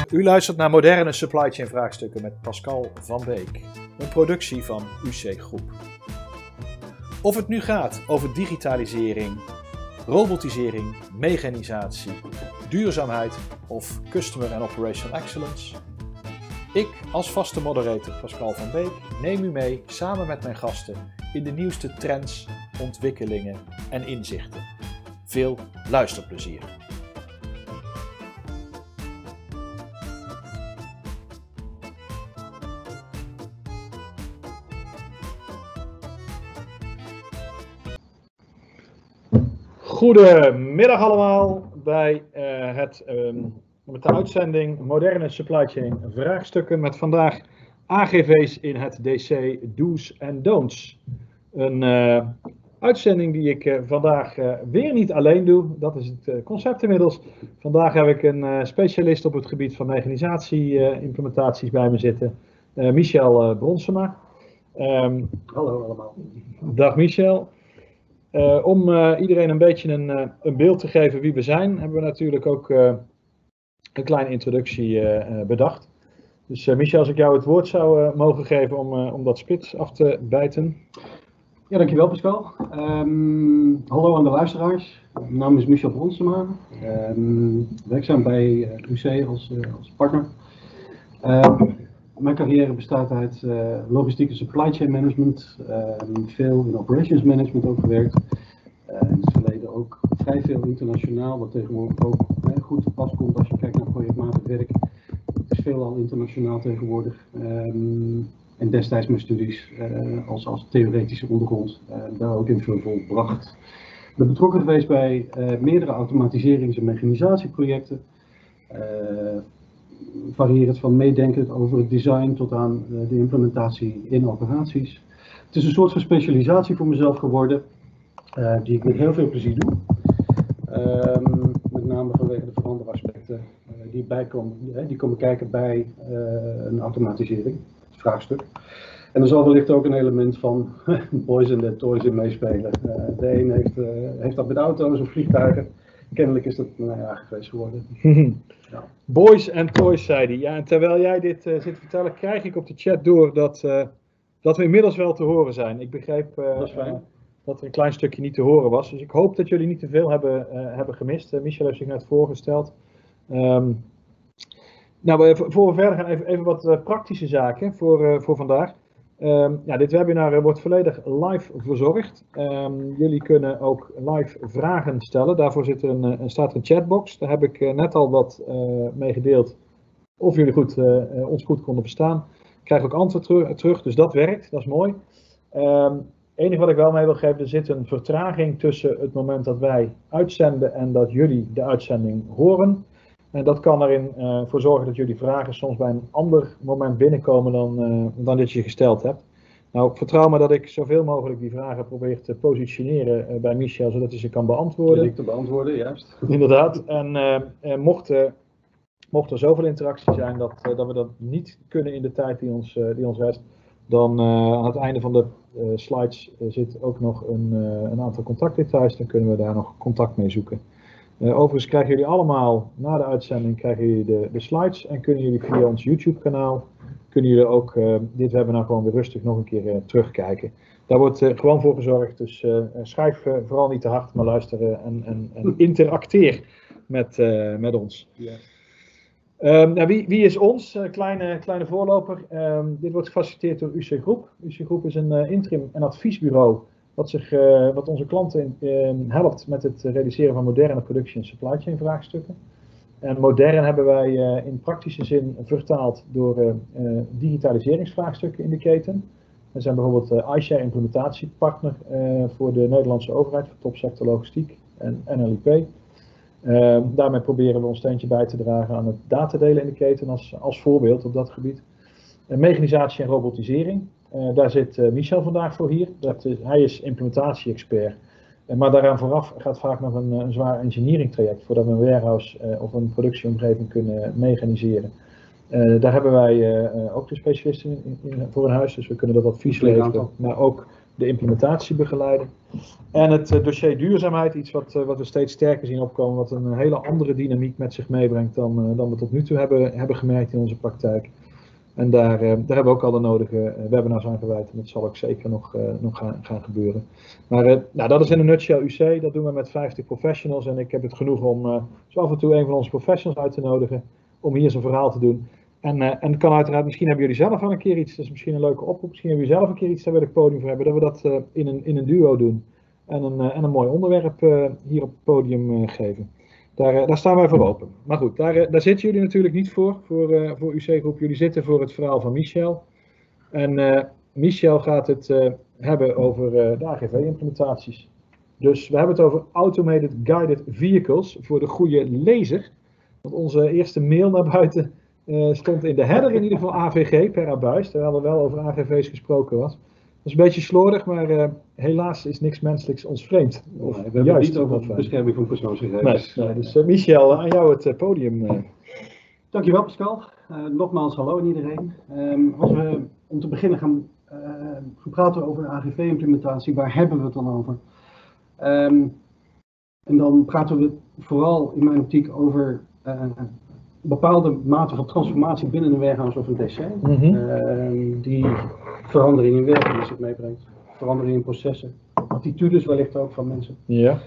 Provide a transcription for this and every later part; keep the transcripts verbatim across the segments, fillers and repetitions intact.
U luistert naar Moderne Supply Chain Vraagstukken met Pascal van Beek, een productie van U C Groep. Of het nu gaat over digitalisering, robotisering, mechanisatie, duurzaamheid of customer and operational excellence. Ik als vaste moderator Pascal van Beek neem u mee samen met mijn gasten in de nieuwste trends, ontwikkelingen en inzichten. Veel luisterplezier. Goedemiddag allemaal bij uh, het, um, met de uitzending Moderne Supply Chain Vraagstukken met vandaag A G V's in het D C Do's en Don'ts. Een uh, uitzending die ik uh, vandaag uh, weer niet alleen doe, dat is het uh, concept inmiddels. Vandaag heb ik een uh, specialist op het gebied van mechanisatie-implementaties uh, bij me zitten, uh, Michel uh, Bronsema. Um, Hallo allemaal. Dag Michel. Uh, om uh, iedereen een beetje een, uh, een beeld te geven wie we zijn, hebben we natuurlijk ook uh, een kleine introductie uh, uh, bedacht. Dus uh, Michel, als ik jou het woord zou uh, mogen geven om, uh, om dat spits af te bijten. Ja, dankjewel Pascal. Um, hallo aan de luisteraars. Mijn naam is Michel Bronsema. Um, werkzaam bij uh, U C als, uh, als partner. Um, Mijn carrière bestaat uit uh, logistieke supply chain management, uh, veel in operations management ook gewerkt. Uh, in het verleden ook vrij veel internationaal, wat tegenwoordig ook uh, goed te pas komt als je kijkt naar projectmatig werk. Het is veelal internationaal tegenwoordig. Um, en destijds mijn studies uh, als, als theoretische ondergrond uh, daar ook in veel volbracht. Ik ben betrokken geweest bij uh, meerdere automatiserings- en mechanisatieprojecten. Uh, Varierend van meedenkend over het design tot aan de implementatie in operaties. Het is een soort van specialisatie voor mezelf geworden, uh, die ik met heel veel plezier doe. Um, met name vanwege de veranderaspecten uh, die, bijkomen, uh, die komen kijken bij uh, een automatisering, het vraagstuk. En er zal wellicht ook een element van boys and their toys in meespelen. Uh, de een heeft, uh, heeft dat met auto's of vliegtuigen. Kennelijk is dat nou ja, geweest geworden. Ja. Boys and toys, zei hij. Ja, en terwijl jij dit uh, zit te vertellen, krijg ik op de chat door dat, uh, dat we inmiddels wel te horen zijn. Ik begreep uh, dat, uh, dat er een klein stukje niet te horen was. Dus ik hoop dat jullie niet te veel hebben, uh, hebben gemist. Uh, Michel heeft zich net voorgesteld. Um, nou, voor we verder gaan, even, even wat uh, praktische zaken voor, uh, voor vandaag. Um, ja, dit webinar wordt volledig live verzorgd. Um, jullie kunnen ook live vragen stellen. Daarvoor zit een, een, staat een chatbox. Daar heb ik uh, net al wat uh, mee gedeeld. Of jullie goed, uh, ons goed konden verstaan. Ik krijg ook antwoord teru terug, dus dat werkt. Dat is mooi. Het um, enige wat ik wel mee wil geven, er zit een vertraging tussen het moment dat wij uitzenden en dat jullie de uitzending horen. En dat kan erin uh, voor zorgen dat jullie vragen soms bij een ander moment binnenkomen dan, uh, dan dat je gesteld hebt. Nou, vertrouw me dat ik zoveel mogelijk die vragen probeer te positioneren uh, bij Michel, zodat hij ze kan beantwoorden. Ik te beantwoorden, juist. Inderdaad. En uh, uh, mocht, uh, mocht er zoveel interactie zijn dat, uh, dat we dat niet kunnen in de tijd die ons, uh, die ons rest, dan uh, aan het einde van de uh, slides uh, zit ook nog een, uh, een aantal contactdetails. Dan kunnen we daar nog contact mee zoeken. Uh, overigens krijgen jullie allemaal, na de uitzending, krijgen jullie de, de slides en kunnen jullie via ons YouTube kanaal, kunnen jullie ook uh, dit webinar gewoon weer rustig nog een keer uh, terugkijken. Daar wordt uh, gewoon voor gezorgd, dus uh, schrijf uh, vooral niet te hard, maar luister uh, en, en, en interacteer met, uh, met ons. Ja. Um, nou, wie, wie is ons? Uh, kleine, kleine voorloper. Um, dit wordt gefaciliteerd door U C Groep. U C Groep is een uh, interim- en adviesbureau Wat, zich, uh, wat onze klanten uh, helpt met het realiseren van moderne productie- en supply chain vraagstukken. En modern hebben wij uh, in praktische zin vertaald door uh, uh, digitaliseringsvraagstukken in de keten. We zijn bijvoorbeeld uh, iShare implementatiepartner uh, voor de Nederlandse overheid, voor topsector logistiek en N L I P. Uh, daarmee proberen we ons steentje bij te dragen aan het datadelen in de keten als, als voorbeeld op dat gebied. Uh, mechanisatie en robotisering. Uh, daar zit uh, Michel vandaag voor hier. Dat is, hij is implementatie-expert. Uh, maar daaraan vooraf gaat vaak nog een, een zwaar engineering traject voordat we een warehouse uh, of een productieomgeving kunnen mechaniseren. Uh, daar hebben wij uh, ook de specialisten in, in, voor in huis, dus we kunnen dat advies leveren. Maar ook de implementatie begeleiden. En het uh, dossier duurzaamheid, iets wat, uh, wat we steeds sterker zien opkomen, wat een hele andere dynamiek met zich meebrengt dan, uh, dan we tot nu toe hebben, hebben gemerkt in onze praktijk. En daar, uh, daar hebben we ook al de nodige uh, webinars aan gewijd en dat zal ook zeker nog, uh, nog gaan, gaan gebeuren. Maar uh, nou, dat is in een nutshell U C, dat doen we met vijftig professionals en ik heb het genoeg om uh, zo af en toe een van onze professionals uit te nodigen om hier zijn verhaal te doen. En, uh, en het kan uiteraard, misschien hebben jullie zelf al een keer iets, dat is misschien een leuke oproep, misschien hebben jullie zelf een keer iets daar we het podium voor hebben, dat we dat uh, in, een, in een duo doen en een, uh, en een mooi onderwerp uh, hier op het podium uh, geven. Daar, uh, daar staan wij voor open. Maar goed, daar, uh, daar zitten jullie natuurlijk niet voor, voor, uh, voor U C-groep. Jullie zitten voor het verhaal van Michel. En uh, Michel gaat het uh, hebben over uh, de A G V-implementaties. Dus we hebben het over Automated Guided Vehicles voor de goede lezer. Want onze eerste mail naar buiten uh, stond in de header in ieder geval A V G per abuis, terwijl er wel over A G V's gesproken was. Dat is een beetje slordig, maar uh, helaas is niks menselijks ons vreemd. Of nee, we hebben juist niet over bescherming van persoonsgegevens. Nee, nee, dus uh, Michel, aan jou het uh, podium. Uh. Dankjewel Pascal. Uh, nogmaals hallo aan iedereen. Um, als we om te beginnen gaan, uh, gaan praten over de A G V-implementatie, waar hebben we het dan over? Um, en dan praten we vooral in mijn optiek over uh, bepaalde mate van transformatie binnen een warehouse of een D C. Mm-hmm. uh, die verandering in werking met zich meebrengt. Verandering in processen. Attitudes wellicht ook van mensen. Ja.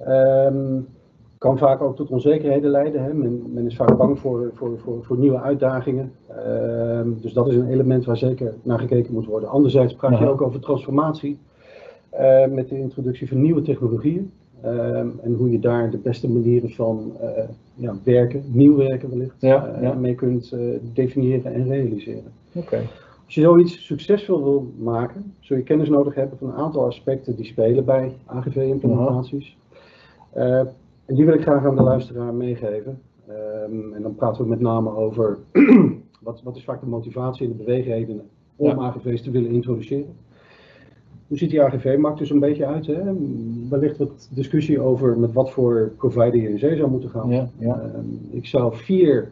Um, kan vaak ook tot onzekerheden leiden. Hè. Men, men is vaak bang voor, voor, voor, voor nieuwe uitdagingen. Um, dus dat is een element waar zeker naar gekeken moet worden. Anderzijds praat je uh-huh. ook over transformatie. Uh, met de introductie van nieuwe technologieën. Um, en hoe je daar de beste manieren van uh, ja, werken, nieuw werken wellicht, ja, uh, ja. mee kunt uh, definiëren en realiseren. Okay. Als je zoiets succesvol wil maken, zul je kennis nodig hebben van een aantal aspecten die spelen bij A G V-implementaties. Uh, en die wil ik graag aan de luisteraar meegeven. Um, en dan praten we met name over wat, wat is vaak de motivatie en de beweegredenen om ja. A G V's te willen introduceren. Hoe ziet die A G V-markt dus een beetje uit? Hè? Wellicht wat discussie over met wat voor provider je in zee zou moeten gaan. Ja, ja. Uh, ik zou vier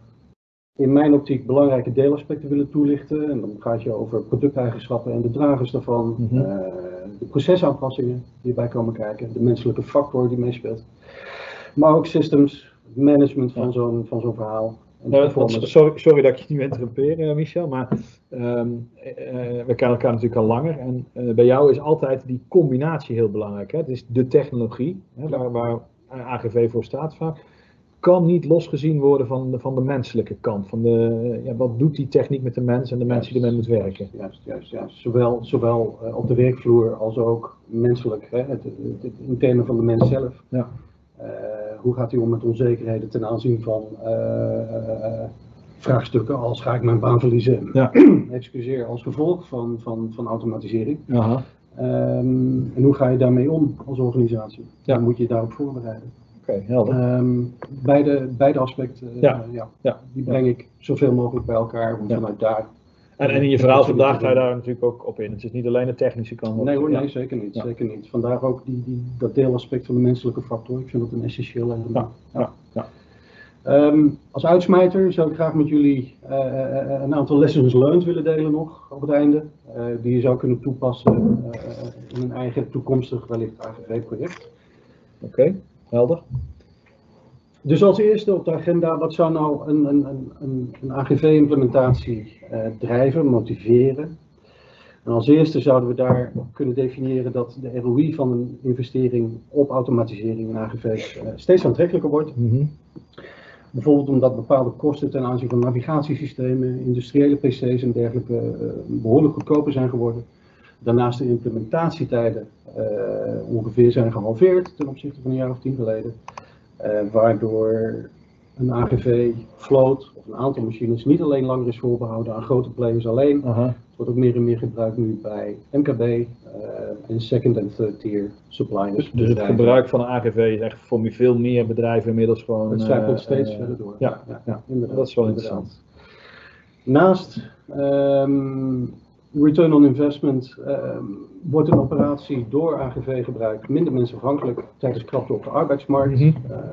in mijn optiek belangrijke deelaspecten willen toelichten. En dan gaat je over producteigenschappen en de dragers daarvan. Mm-hmm. uh, de procesaanpassingen die erbij komen kijken. De menselijke factor die meespeelt. Maar ook systems, management van ja. zo'n van zo'n verhaal. Nou, dat, sorry, sorry dat ik je nu interrompeer, uh, Michel, maar um, uh, we kennen elkaar natuurlijk al langer en uh, bij jou is altijd die combinatie heel belangrijk. Hè? Het is de technologie, hè, waar, waar A G V voor staat vaak, kan niet losgezien worden van de, van de menselijke kant. Van de, uh, ja, wat doet die techniek met de mens en de mensen die ermee moet werken? Juist, juist, juist. Zowel, zowel uh, op de werkvloer als ook menselijk, hè? Het, het, het interne van de mens zelf. Ja. Uh, hoe gaat hij om met onzekerheden ten aanzien van uh, uh, vraagstukken als ga ik mijn baan verliezen? Ja. Excuseer, als gevolg van, van, van automatisering. Aha. Um, en hoe ga je daarmee om als organisatie? Ja. Dan moet je je daarop voorbereiden. Oké, okay, helder. Um, beide, beide aspecten, uh, ja. ja, ja. die breng ik zoveel mogelijk bij elkaar om ja. vanuit daar. En, en in je verhaal vandaag ga je daar natuurlijk ook op in. Het is niet alleen de technische kant. Nee hoor, nee, zeker niet. Ja. Zeker niet. Vandaar ook die, die, dat deelaspect van de menselijke factor. Ik vind dat een essentieel element. Ja. Ja. Ja. Um, als uitsmijter zou ik graag met jullie uh, uh, een aantal lessons learned willen delen nog op het einde. Uh, die je zou kunnen toepassen uh, in een eigen toekomstig wellicht A G V-project. Oké, okay, helder. Dus als eerste op de agenda, wat zou nou een, een, een, een A G V-implementatie uh, drijven, motiveren? En als eerste zouden we daar kunnen definiëren dat de R O I van een investering op automatisering in A G V's uh, steeds aantrekkelijker wordt. Mm-hmm. Bijvoorbeeld omdat bepaalde kosten ten aanzien van navigatiesystemen, industriële P C's en dergelijke uh, behoorlijk goedkoper zijn geworden. Daarnaast de implementatietijden uh, ongeveer zijn gehalveerd ten opzichte van een jaar of tien geleden. Uh, waardoor een A G V-vloot of een aantal machines niet alleen langer is voorbehouden aan grote players alleen. Uh-huh. Het wordt ook meer en meer gebruikt nu bij M K B uh, en second en third tier suppliers. Dus, dus het gebruik van een A G V is echt voor veel meer bedrijven inmiddels gewoon... Het zijpelt uh, steeds uh, verder door. Ja, ja, ja, ja dat is wel interessant. Naast um, return on investment um, wordt een operatie door A G V gebruikt minder mensafhankelijk tijdens krapte op de arbeidsmarkt. Mm-hmm.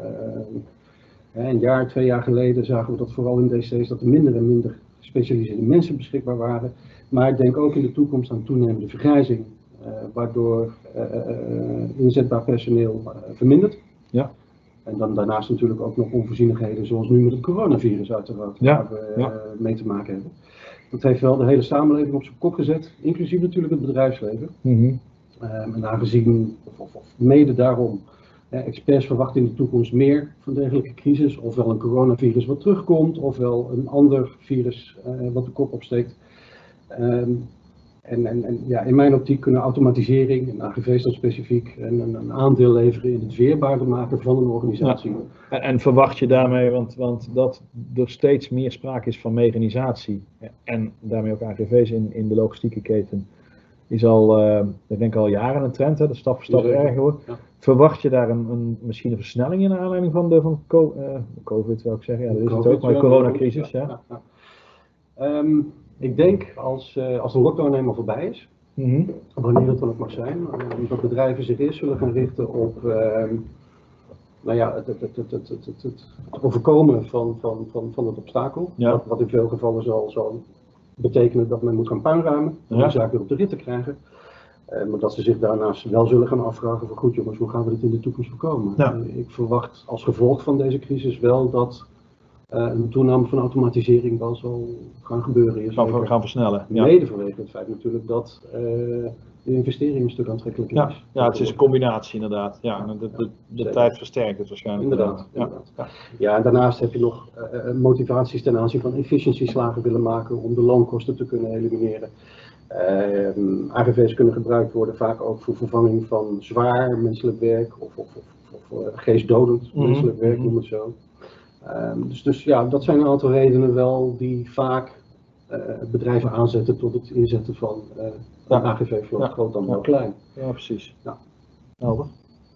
uh, een jaar, twee jaar geleden zagen we dat vooral in D C's dat er minder en minder gespecialiseerde mensen beschikbaar waren. Maar ik denk ook in de toekomst aan toenemende vergrijzing. Uh, uh, waardoor uh, uh, inzetbaar personeel uh, vermindert. Ja. En dan daarnaast natuurlijk ook nog onvoorzienigheden zoals nu met het coronavirus uiteraard, ja. waar we ja. uh, mee te maken hebben. Dat heeft wel de hele samenleving op zijn kop gezet, inclusief natuurlijk het bedrijfsleven. Mm-hmm. Um, en aangezien, of, of, of mede daarom, eh, experts verwachten in de toekomst meer van dergelijke crisis, ofwel een coronavirus wat terugkomt, ofwel een ander virus uh, wat de kop opsteekt. Um, en, en, en ja, in mijn optiek kunnen automatisering, en A G V's dan specifiek, een, een, een aandeel leveren in het weerbaarder maken van een organisatie. Ja. En, en verwacht je daarmee, want, want dat er steeds meer sprake is van mechanisatie en daarmee ook A G V's in, in de logistieke keten, is al, uh, ik denk al jaren een trend, hè, dat stap voor stap ja, erger wordt. Ja. Verwacht je daar een, een, misschien een versnelling in naar aanleiding van de van co uh, COVID, wil ik zeggen, ja, dat is COVID, het ook, maar de coronacrisis, ja. ja. ja, ja. Um, ik denk als, uh, als de lockdown eenmaal voorbij is, mm-hmm. wanneer het dan ook mag zijn, uh, dat bedrijven zich eerst zullen gaan richten op uh, nou ja, het, het, het, het, het, het, het overkomen van, van, van, van het obstakel, ja. wat, wat in veel gevallen zal, zal betekenen dat men moet gaan puinruimen om ja. de zaak weer op de rit te krijgen. Uh, maar dat ze zich daarnaast wel zullen gaan afvragen van goed jongens, hoe gaan we dit in de toekomst voorkomen? Ja. Uh, ik verwacht als gevolg van deze crisis wel dat uh, een toename van automatisering wel zal gaan gebeuren. Je gaan, gaan versnellen. Ja. Mede vanwege het feit natuurlijk dat uh, de investering een stuk aantrekkelijker ja. is. Ja, het is een combinatie inderdaad. Ja, de, de, de ja, tijd versterkt het waarschijnlijk. Inderdaad. Ja. inderdaad. Ja. ja, en daarnaast heb je nog uh, motivaties ten aanzien van efficiëntieslagen willen maken om de loonkosten te kunnen elimineren. Uh, A G V's kunnen gebruikt worden vaak ook voor vervanging van zwaar menselijk werk of, of, of, of uh, geestdodend mm-hmm. menselijk werk, noem het zo. Uh, dus, dus ja, dat zijn een aantal redenen wel die vaak uh, bedrijven aanzetten tot het inzetten van uh, een ja. A G V-vloot, ja. groot dan ja. wel klein. Ja, precies. Ja. Helder.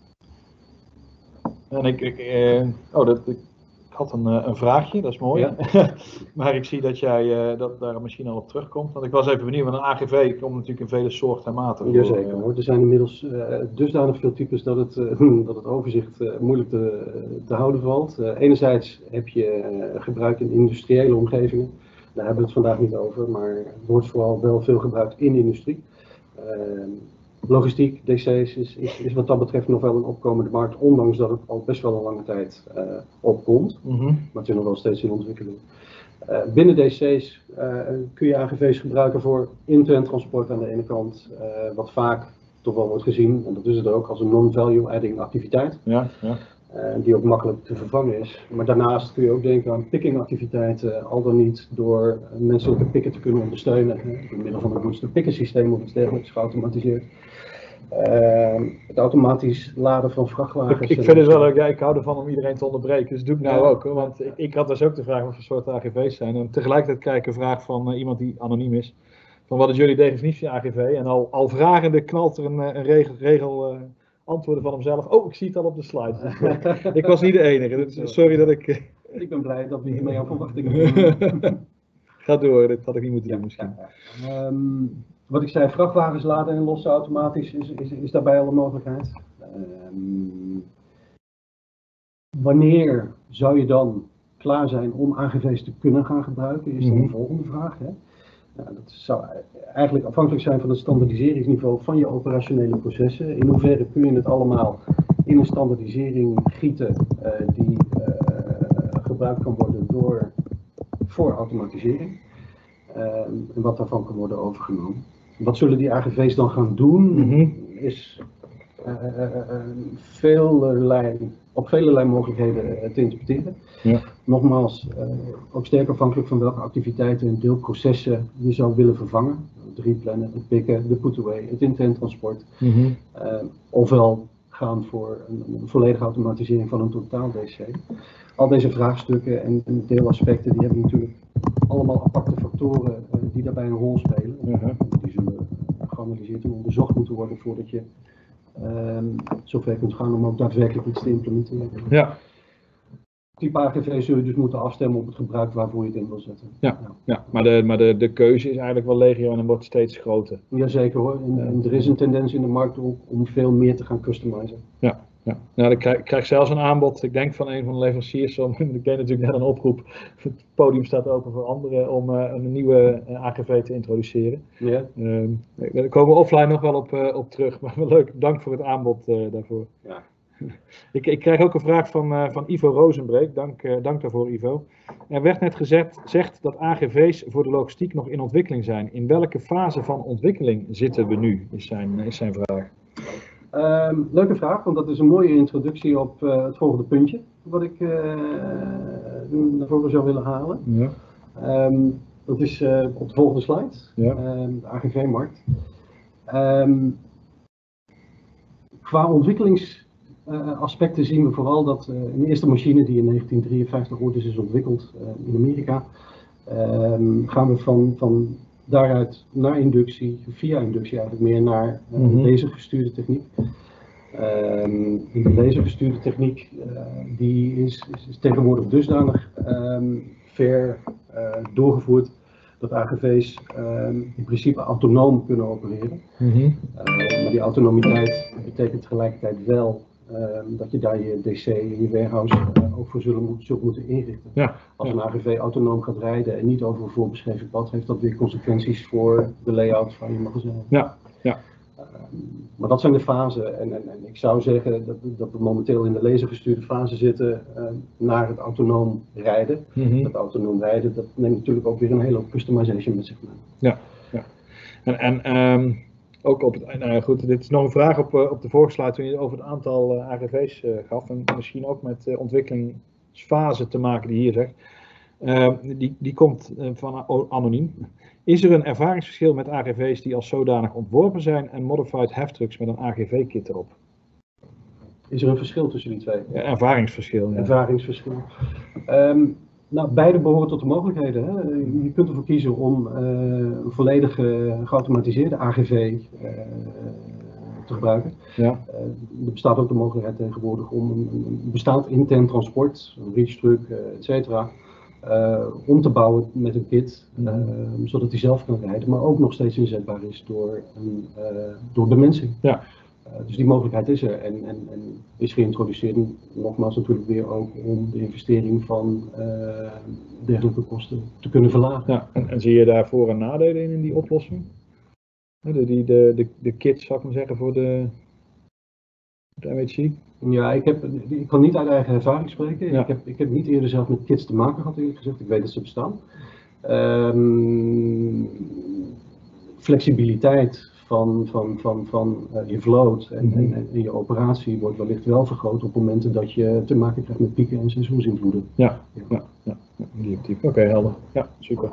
En ik, ik uh, oh, dat, ik, ik had een, uh, een vraagje, dat is mooi. Ja. Maar ik zie dat jij uh, dat daar misschien al op terugkomt. Want ik was even benieuwd, want een A G V komt natuurlijk in vele soorten en maten. Jazeker hoor. Er zijn inmiddels uh, dusdanig veel types dat het, uh, dat het overzicht uh, moeilijk te, te houden valt. Uh, enerzijds heb je uh, gebruik in industriële omgevingen. Daar hebben we het vandaag niet over, maar het wordt vooral wel veel gebruikt in de industrie. Uh, Logistiek, D C's is, is, is wat dat betreft nog wel een opkomende markt, ondanks dat het al best wel een lange tijd uh, opkomt. Mm-hmm. Maar het is nog wel steeds in ontwikkeling. Uh, binnen D C's uh, kun je A G V's gebruiken voor intern transport aan de ene kant, uh, wat vaak toch wel wordt gezien, en dat is het ook, als een non-value adding activiteit. Ja, ja. Uh, die ook makkelijk te vervangen is. Maar daarnaast kun je ook denken aan pickingactiviteiten, al dan niet door menselijke pikken te kunnen ondersteunen. Uh, door middel van een booster-picker systeem of iets dergelijks geautomatiseerd. Uh, het automatisch laden van vrachtwagens. Ik, ik vind het wel leuk, ja, ik hou ervan om iedereen te onderbreken, dus dat doe ik nou ja. ook. Hoor, want ik, ik had dus ook de vraag wat voor soort A G V's zijn. En tegelijkertijd krijg ik een vraag van uh, iemand die anoniem is. Van wat is jullie definitie A G V? En al, al vragende knalt er een, een regel, regel uh, antwoorden van hemzelf. Oh, ik zie het al op de slide. Dus ik was niet de enige, dus sorry dat ik... Uh... Ik ben blij dat we hiermee aan verwachtingen hebben. Ga door, dit had ik niet moeten doen ja, misschien. Ja. Um, Wat ik zei, vrachtwagens laden en lossen automatisch is, is, is daarbij al een mogelijkheid. Um, wanneer zou je dan klaar zijn om A G V's te kunnen gaan gebruiken, is dan de volgende vraag. Hè? Nou, dat zou eigenlijk afhankelijk zijn van het standaardiseringsniveau van je operationele processen. In hoeverre kun je het allemaal in een standaardisering gieten uh, die uh, gebruikt kan worden door, voor automatisering. Uh, en wat daarvan kan worden overgenomen. Wat zullen die A G V's dan gaan doen, mm-hmm. is uh, uh, uh, velerlei, op velelei mogelijkheden uh, te interpreteren. Ja. Nogmaals, uh, ook sterk afhankelijk van welke activiteiten en deelprocessen je zou willen vervangen. Het replannen, het pikken, de put-away, het intern transport. Mm-hmm. uh, ofwel gaan voor een, een volledige automatisering van een totaal D C. Al deze vraagstukken en, en deelaspecten die hebben natuurlijk allemaal aparte factoren uh, die daarbij een rol spelen. Uh-huh. Die zullen geanalyseerd en onderzocht moeten worden voordat je uh, zover kunt gaan om ook daadwerkelijk iets te implementeren. Ja. Type A G V zul je dus moeten afstemmen op het gebruik waarvoor je het in wil zetten. Ja, ja. ja. maar, de, maar de, de keuze is eigenlijk wel legio en het wordt steeds groter. Jazeker hoor, en, en er is een tendens in de markt om, om veel meer te gaan customizen. Ja, Ja. Nou, ik krijg, ik krijg zelfs een aanbod, ik denk van een van de leveranciers, om, ik deed natuurlijk net een oproep, het podium staat open voor anderen om uh, een nieuwe uh, A G V te introduceren. Ja. Uh, daar komen we offline nog wel op, uh, op terug, maar leuk, dank voor het aanbod uh, daarvoor. Ja. ik, ik krijg ook een vraag van, uh, van Ivo Rozenbreek, dank, uh, dank daarvoor Ivo. Er werd net gezegd zegt dat A G V's voor de logistiek nog in ontwikkeling zijn. In welke fase van ontwikkeling zitten we nu, is zijn, is zijn vraag. Um, leuke vraag, want dat is een mooie introductie op uh, het volgende puntje wat ik uh, naar voren zou willen halen. Ja. Um, dat is uh, op de volgende slide, ja. um, de A G V-markt. Um, qua ontwikkelingsaspecten uh, zien we vooral dat uh, een eerste machine die in negentien drieënvijftig ooit is ontwikkeld uh, in Amerika, um, gaan we van, van daaruit naar inductie, via inductie eigenlijk meer naar uh, mm-hmm. lasergestuurde techniek. Um, die lasergestuurde techniek uh, die is, is, is tegenwoordig dusdanig um, ver uh, doorgevoerd dat A G V's um, in principe autonoom kunnen opereren. Mm-hmm. uh, maar die autonomiteit betekent tegelijkertijd wel um, dat je daar je D C en je warehouse uh, ook voor zullen, zult moeten inrichten. Ja. Als ja. een A G V autonoom gaat rijden en niet over een voorbeschreven pad, heeft dat weer consequenties voor de layout van je magazijn. Ja. Ja. Um, maar dat zijn de fasen en, en, en ik zou zeggen dat, dat we momenteel in de lasergestuurde fase zitten uh, naar het autonoom rijden. Mm-hmm. Dat autonoom rijden, dat neemt natuurlijk ook weer een hele hoop customization met zich mee. Ja, ja. En, en um, ook op het, nou ja, goed, dit is nog een vraag op, uh, op de vorige slide toen je over het aantal uh, A G V's uh, gaf en misschien ook met uh, ontwikkelingsfase te maken die hier zegt. Uh, die, die komt uh, van anoniem. Is er een ervaringsverschil met A G V's die als zodanig ontworpen zijn en modified heftrucks met een A G V-kit erop? Is er een verschil tussen die twee? Ja, ervaringsverschil. Ja. Ervaringsverschil. Um, nou, beide behoren tot de mogelijkheden. Hè. Je kunt ervoor kiezen om uh, een volledig uh, geautomatiseerde A G V uh, te gebruiken. Ja. Uh, er bestaat ook de mogelijkheid tegenwoordig om een, een bestaand intern transport, een reach-truck, uh, et cetera, Uh, om te bouwen met een kit, uh, zodat hij zelf kan rijden, maar ook nog steeds inzetbaar is door, een, uh, door bemensing. Ja. Uh, dus die mogelijkheid is er en, en, en is geïntroduceerd, nogmaals natuurlijk weer ook om de investering van uh, dergelijke kosten te kunnen verlagen. Ja, en, en zie je daar voor- en nadelen in, in die oplossing? De, die, de, de, de kit, zou ik maar zeggen, voor de, de M H C? Ja, ik, heb, ik kan niet uit eigen ervaring spreken. Ja. Ik, heb, ik heb niet eerder zelf met kits te maken gehad, eerlijk gezegd. Ik weet dat ze bestaan. Um, flexibiliteit van, van, van, van uh, je vloot en, mm-hmm. en, en je operatie wordt wellicht wel vergroot op momenten dat je te maken krijgt met pieken en seizoensinvloeden. Ja, ja, ja, ja, ja. Oké, okay, helder. Ja, super.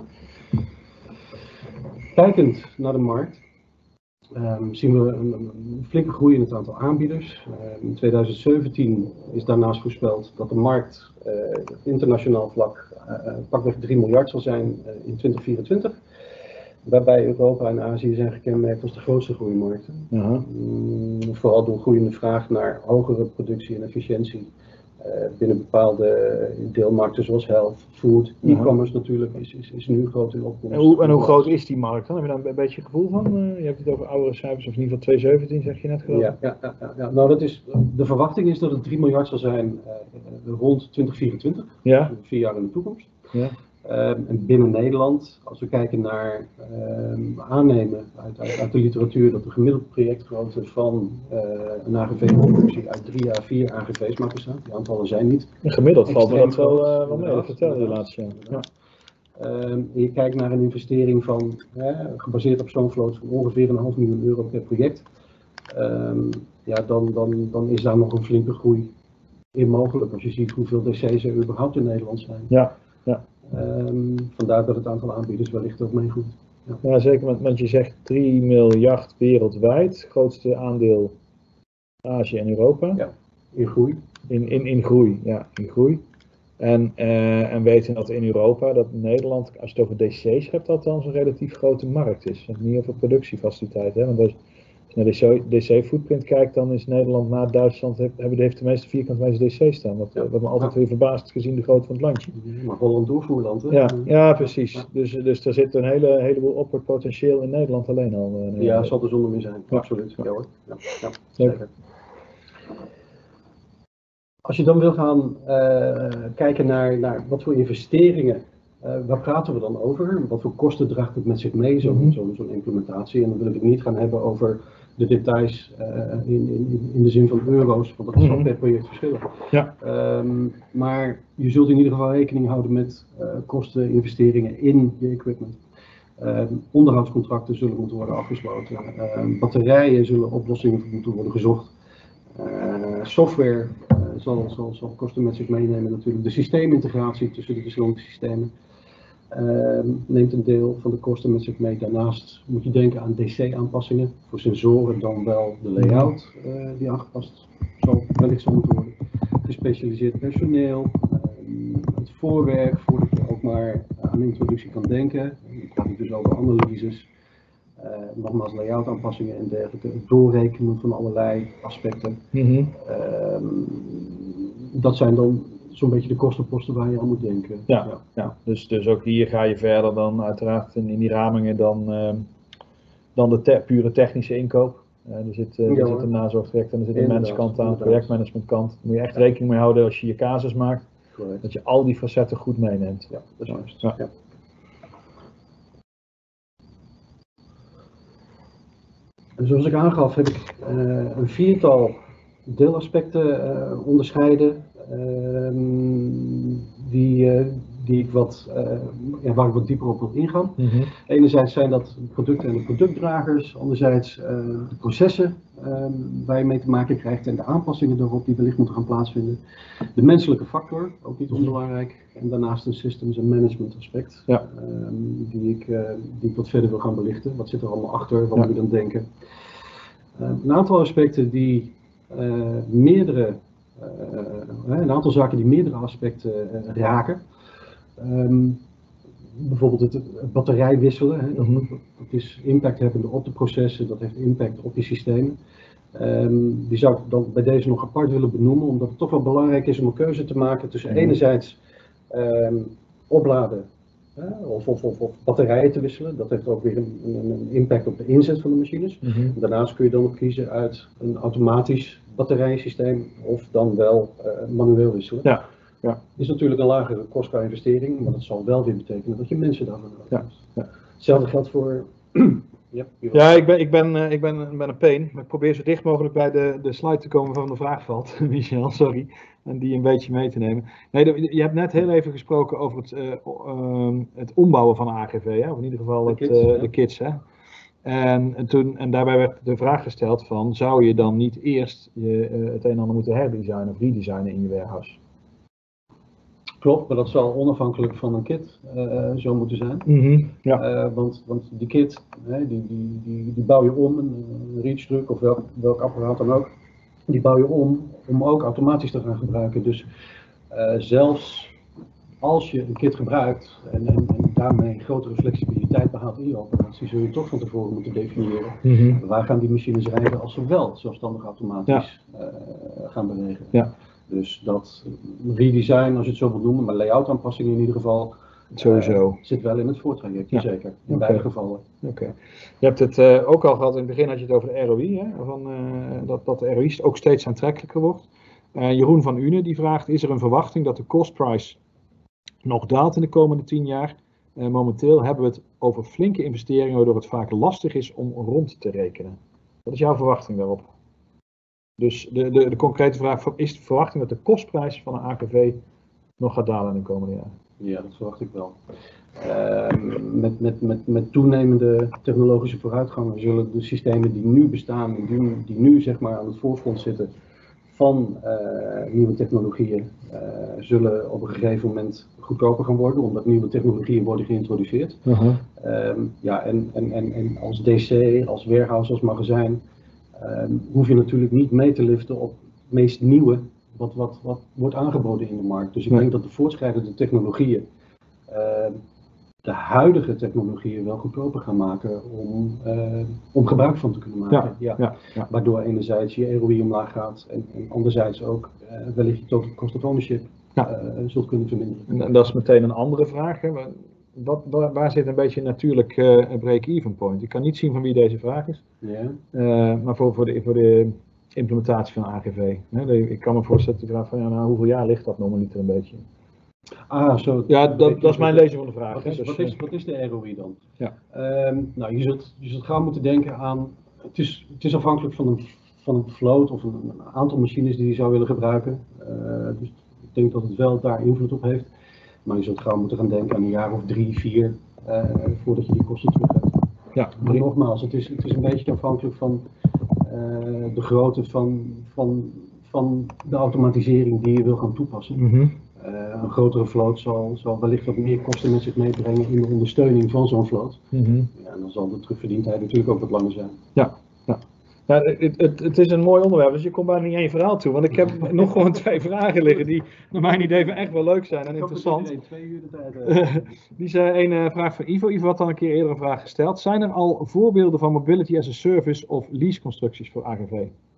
Kijkend naar de markt. Um, zien we een, een flinke groei in het aantal aanbieders. Uh, in twintig zeventien is daarnaast voorspeld dat de markt uh, internationaal vlak uh, pakweg drie miljard zal zijn uh, in twintig vierentwintig. Waarbij Europa en Azië zijn gekenmerkt als de grootste groeimarkten. Uh-huh. Um, vooral door groeiende vraag naar hogere productie en efficiëntie. Uh, binnen bepaalde deelmarkten zoals health, food, uh-huh. E-commerce natuurlijk is, is, is nu groot in opkomst. En hoe, en hoe groot is die markt dan? Heb je daar een beetje gevoel van? Uh, je hebt het over oudere cijfers, of in ieder geval twintig zeventien zeg je net geloof ik? Ja, ja, ja, ja, ja. Nou, dat is, de verwachting is dat het drie miljard zal zijn uh, rond twintig vierentwintig, ja. vier jaar in de toekomst. Ja. Um, en binnen Nederland, als we kijken naar um, aannemen uit, uit, uit de literatuur dat de gemiddelde projectgrootte van uh, een A G V-productie uit drie à vier A G V's mag bestaan. Die aantallen zijn niet. Gemiddeld valt me dat wel, uh, wel mee, dat vertelde je laatst. Ja. Ja. Um, en je kijkt naar een investering van, uh, gebaseerd op zo'n vloot van ongeveer een half miljoen euro per project. Um, ja, dan, dan, dan is daar nog een flinke groei in mogelijk als je ziet hoeveel D C's er überhaupt in Nederland zijn. Ja, ja. Um, vandaar dat het aantal aanbieders wellicht ook meegroeit. Ja. Ja, zeker, want, want je zegt drie miljard wereldwijd, grootste aandeel Azië en Europa. Ja, in groei. In, in, in groei, ja, in groei. En, uh, en weten dat in Europa, dat Nederland, als je het over D C's hebt, dat dan zo'n relatief grote markt is. Niet over productiefaciliteiten, hè? Want als je naar de D C-footprint kijkt, dan is Nederland na Duitsland, hebben, heeft de meeste vierkante meter D C staan. Wat, ja. wat me altijd ja. weer verbaast gezien de grootte van het landje. Maar Holland doorvoerland, hè? Ja, ja precies. Ja. Dus, dus daar zit een hele, heleboel upward potentieel in Nederland alleen al. Uh, ja, zal er zonder meer zijn. Ja. Absoluut. Ja, hoor. Ja. Ja, zeker. als je dan wil gaan uh, kijken naar, naar wat voor investeringen, uh, waar praten we dan over? Wat voor kosten draagt het met zich mee, zo'n mm-hmm. zo, zo'n implementatie? En dan wil ik het niet gaan hebben over de details uh, in, in, in de zin van euro's, want dat zal mm-hmm. per project verschillen. Ja. Um, maar je zult in ieder geval rekening houden met uh, kosten, investeringen in je equipment. Uh, onderhoudscontracten zullen moeten worden afgesloten. Uh, batterijen zullen oplossingen moeten worden gezocht. Uh, software uh, zal, zal, zal kosten met zich meenemen natuurlijk. De systeemintegratie tussen de verschillende systemen uh, neemt een deel van de kosten met zich mee. Daarnaast moet je denken aan D C-aanpassingen. Voor sensoren dan wel de layout uh, die aangepast zal, wellicht zal moeten worden. Gespecialiseerd personeel, uh, het voorwerk voordat je ook maar aan introductie kan denken. Je praat dus over analyses. Uh, nogmaals layout aanpassingen en dergelijke, het doorrekenen van allerlei aspecten. Mm-hmm. Uh, dat zijn dan zo'n beetje de kostenposten waar je aan moet denken. Ja, ja. ja. Dus, dus ook hier ga je verder dan uiteraard in, in die ramingen dan, uh, dan de te pure technische inkoop. Uh, er zit, uh, ja, er zit een nazorgtraject en er zit een menskant aan, projectmanagementkant. Daar moet je echt ja. rekening mee houden als je je casus maakt, correct. Dat je al die facetten goed meeneemt. Ja, dat is juist. Ja. Ja. En zoals ik aangaf heb ik uh, een viertal deelaspecten uh, onderscheiden uh, die, uh, die ik wat, uh, ja, waar ik wat dieper op wil ingaan. Mm-hmm. Enerzijds zijn dat de producten en de productdragers, anderzijds uh, de processen uh, waar je mee te maken krijgt en de aanpassingen daarop die wellicht moeten gaan plaatsvinden. De menselijke factor, ook niet onbelangrijk, en daarnaast een systems en management aspect ja. uh, die, ik, uh, die ik wat verder wil gaan belichten. Wat zit er allemaal achter, wat ja. moet je dan denken? Uh, een aantal aspecten die uh, meerdere, uh, een aantal zaken die meerdere aspecten uh, raken. Um, bijvoorbeeld het, het batterij wisselen, hè, dat, mm-hmm. dat is impacthebbende op de processen, dat heeft impact op die systemen. Um, die zou ik dan bij deze nog apart willen benoemen, omdat het toch wel belangrijk is om een keuze te maken tussen mm-hmm. enerzijds um, opladen uh, of, of, of, of batterijen te wisselen. Dat heeft ook weer een, een, een impact op de inzet van de machines. Mm-hmm. Daarnaast kun je dan ook kiezen uit een automatisch batterijensysteem of dan wel uh, manueel wisselen. Ja. Ja. Is natuurlijk een lagere kost qua investering, maar dat zal wel weer betekenen dat je mensen daarvoor nodig hebt. Ja. Ja. Hetzelfde geldt voor. ja, ja, ik ben, ik ben, ik ben, ben een peen. Maar ik probeer zo dicht mogelijk bij de, de slide te komen van de vraag valt, Michel, sorry. En die een beetje mee te nemen. Nee, je hebt net heel even gesproken over het, uh, uh, het ombouwen van A G V, hè? Of in ieder geval het, de kits. Uh, ja. de kits hè? En, en, toen, en daarbij werd de vraag gesteld van, zou je dan niet eerst je, uh, het een en ander moeten herdesignen of redesignen in je warehouse? Klopt, maar dat zal onafhankelijk van een kit uh, zo moeten zijn. Mm-hmm, ja. uh, want, want die kit, hè, die, die, die, die bouw je om, een, een reach truck of welk, welk apparaat dan ook, die bouw je om om ook automatisch te gaan gebruiken. Dus uh, zelfs als je een kit gebruikt en, en, en daarmee grotere flexibiliteit behaalt in je operatie, zul je toch van tevoren moeten definiëren mm-hmm. waar gaan die machines rijden als ze wel zelfstandig automatisch ja. uh, gaan bewegen. Ja. Dus dat redesign, als je het zo wilt noemen, maar layout aanpassingen in ieder geval, sowieso. Uh, zit wel in het voortraject, ja. zeker, in okay. beide gevallen. Okay. Je hebt het uh, ook al gehad, in het begin had je het over de R O I, hè? Van, uh, dat, dat de R O I ook steeds aantrekkelijker wordt. Uh, Jeroen van Une die vraagt, is er een verwachting dat de cost price nog daalt in de komende tien jaar? Uh, momenteel hebben we het over flinke investeringen, waardoor het vaak lastig is om rond te rekenen. Wat is jouw verwachting daarop? Dus de, de, de concrete vraag, is de verwachting dat de kostprijs van een A G V nog gaat dalen in de komende jaren? Ja, dat verwacht ik wel. Uh, met, met, met, met toenemende technologische vooruitgang zullen de systemen die nu bestaan, die, die nu zeg maar aan het voorfront zitten van uh, nieuwe technologieën, uh, zullen op een gegeven moment goedkoper gaan worden, omdat nieuwe technologieën worden geïntroduceerd. Uh-huh. uh, ja, en, en, en, en als D C, als warehouse, als magazijn, Um, hoef je natuurlijk niet mee te liften op het meest nieuwe wat, wat, wat wordt aangeboden in de markt. Dus ik nee. denk dat de voortschrijdende technologieën uh, de huidige technologieën wel goedkoper gaan maken om, uh, om gebruik van te kunnen maken. Ja, ja. Ja, ja. Waardoor enerzijds je R O I omlaag gaat en, en anderzijds ook uh, wellicht je total cost of ownership ja. uh, zult kunnen verminderen. En, en dat is meteen een andere vraag. Hè? Wat, waar, waar zit een beetje een natuurlijk uh, break-even point? Ik kan niet zien van wie deze vraag is. Ja. Uh, maar voor, voor, de, voor de implementatie van A G V? Hè? Ik kan me voorstellen dat je vraagt van ja, nou, hoeveel jaar ligt dat normaliter een beetje? Ah, zo. Ja, dat, dat is mijn lezing van de vraag. Wat is, dus, wat is, wat is de R O I dan? Ja. Um, nou, je zult, je zult gauw moeten denken aan, het is, het is afhankelijk van een, van een vloot of een, een aantal machines die je zou willen gebruiken. Uh, dus ik denk dat het wel daar invloed op heeft. Maar je zult gauw moeten gaan denken aan een jaar of drie, vier, uh, voordat je die kosten terug hebt. Ja, maar nogmaals, het is, het is een beetje afhankelijk van uh, de grootte van, van, van de automatisering die je wil gaan toepassen. Mm-hmm. Uh, een grotere vloot zal, zal wellicht wat meer kosten met zich meebrengen in de ondersteuning van zo'n vloot. Mm-hmm. Ja, en dan zal de terugverdiendheid natuurlijk ook wat langer zijn. Ja, ja. Ja, het, het, het is een mooi onderwerp, dus je komt bijna niet één verhaal toe. Want ik heb nog gewoon twee vragen liggen die naar mijn idee echt wel leuk zijn en ik interessant. Ik twee uur de tijd. Uh... Die is uh, een uh, vraag van Ivo. Ivo had al een keer eerder een vraag gesteld. Zijn er al voorbeelden van mobility as a service of lease constructies voor A G V?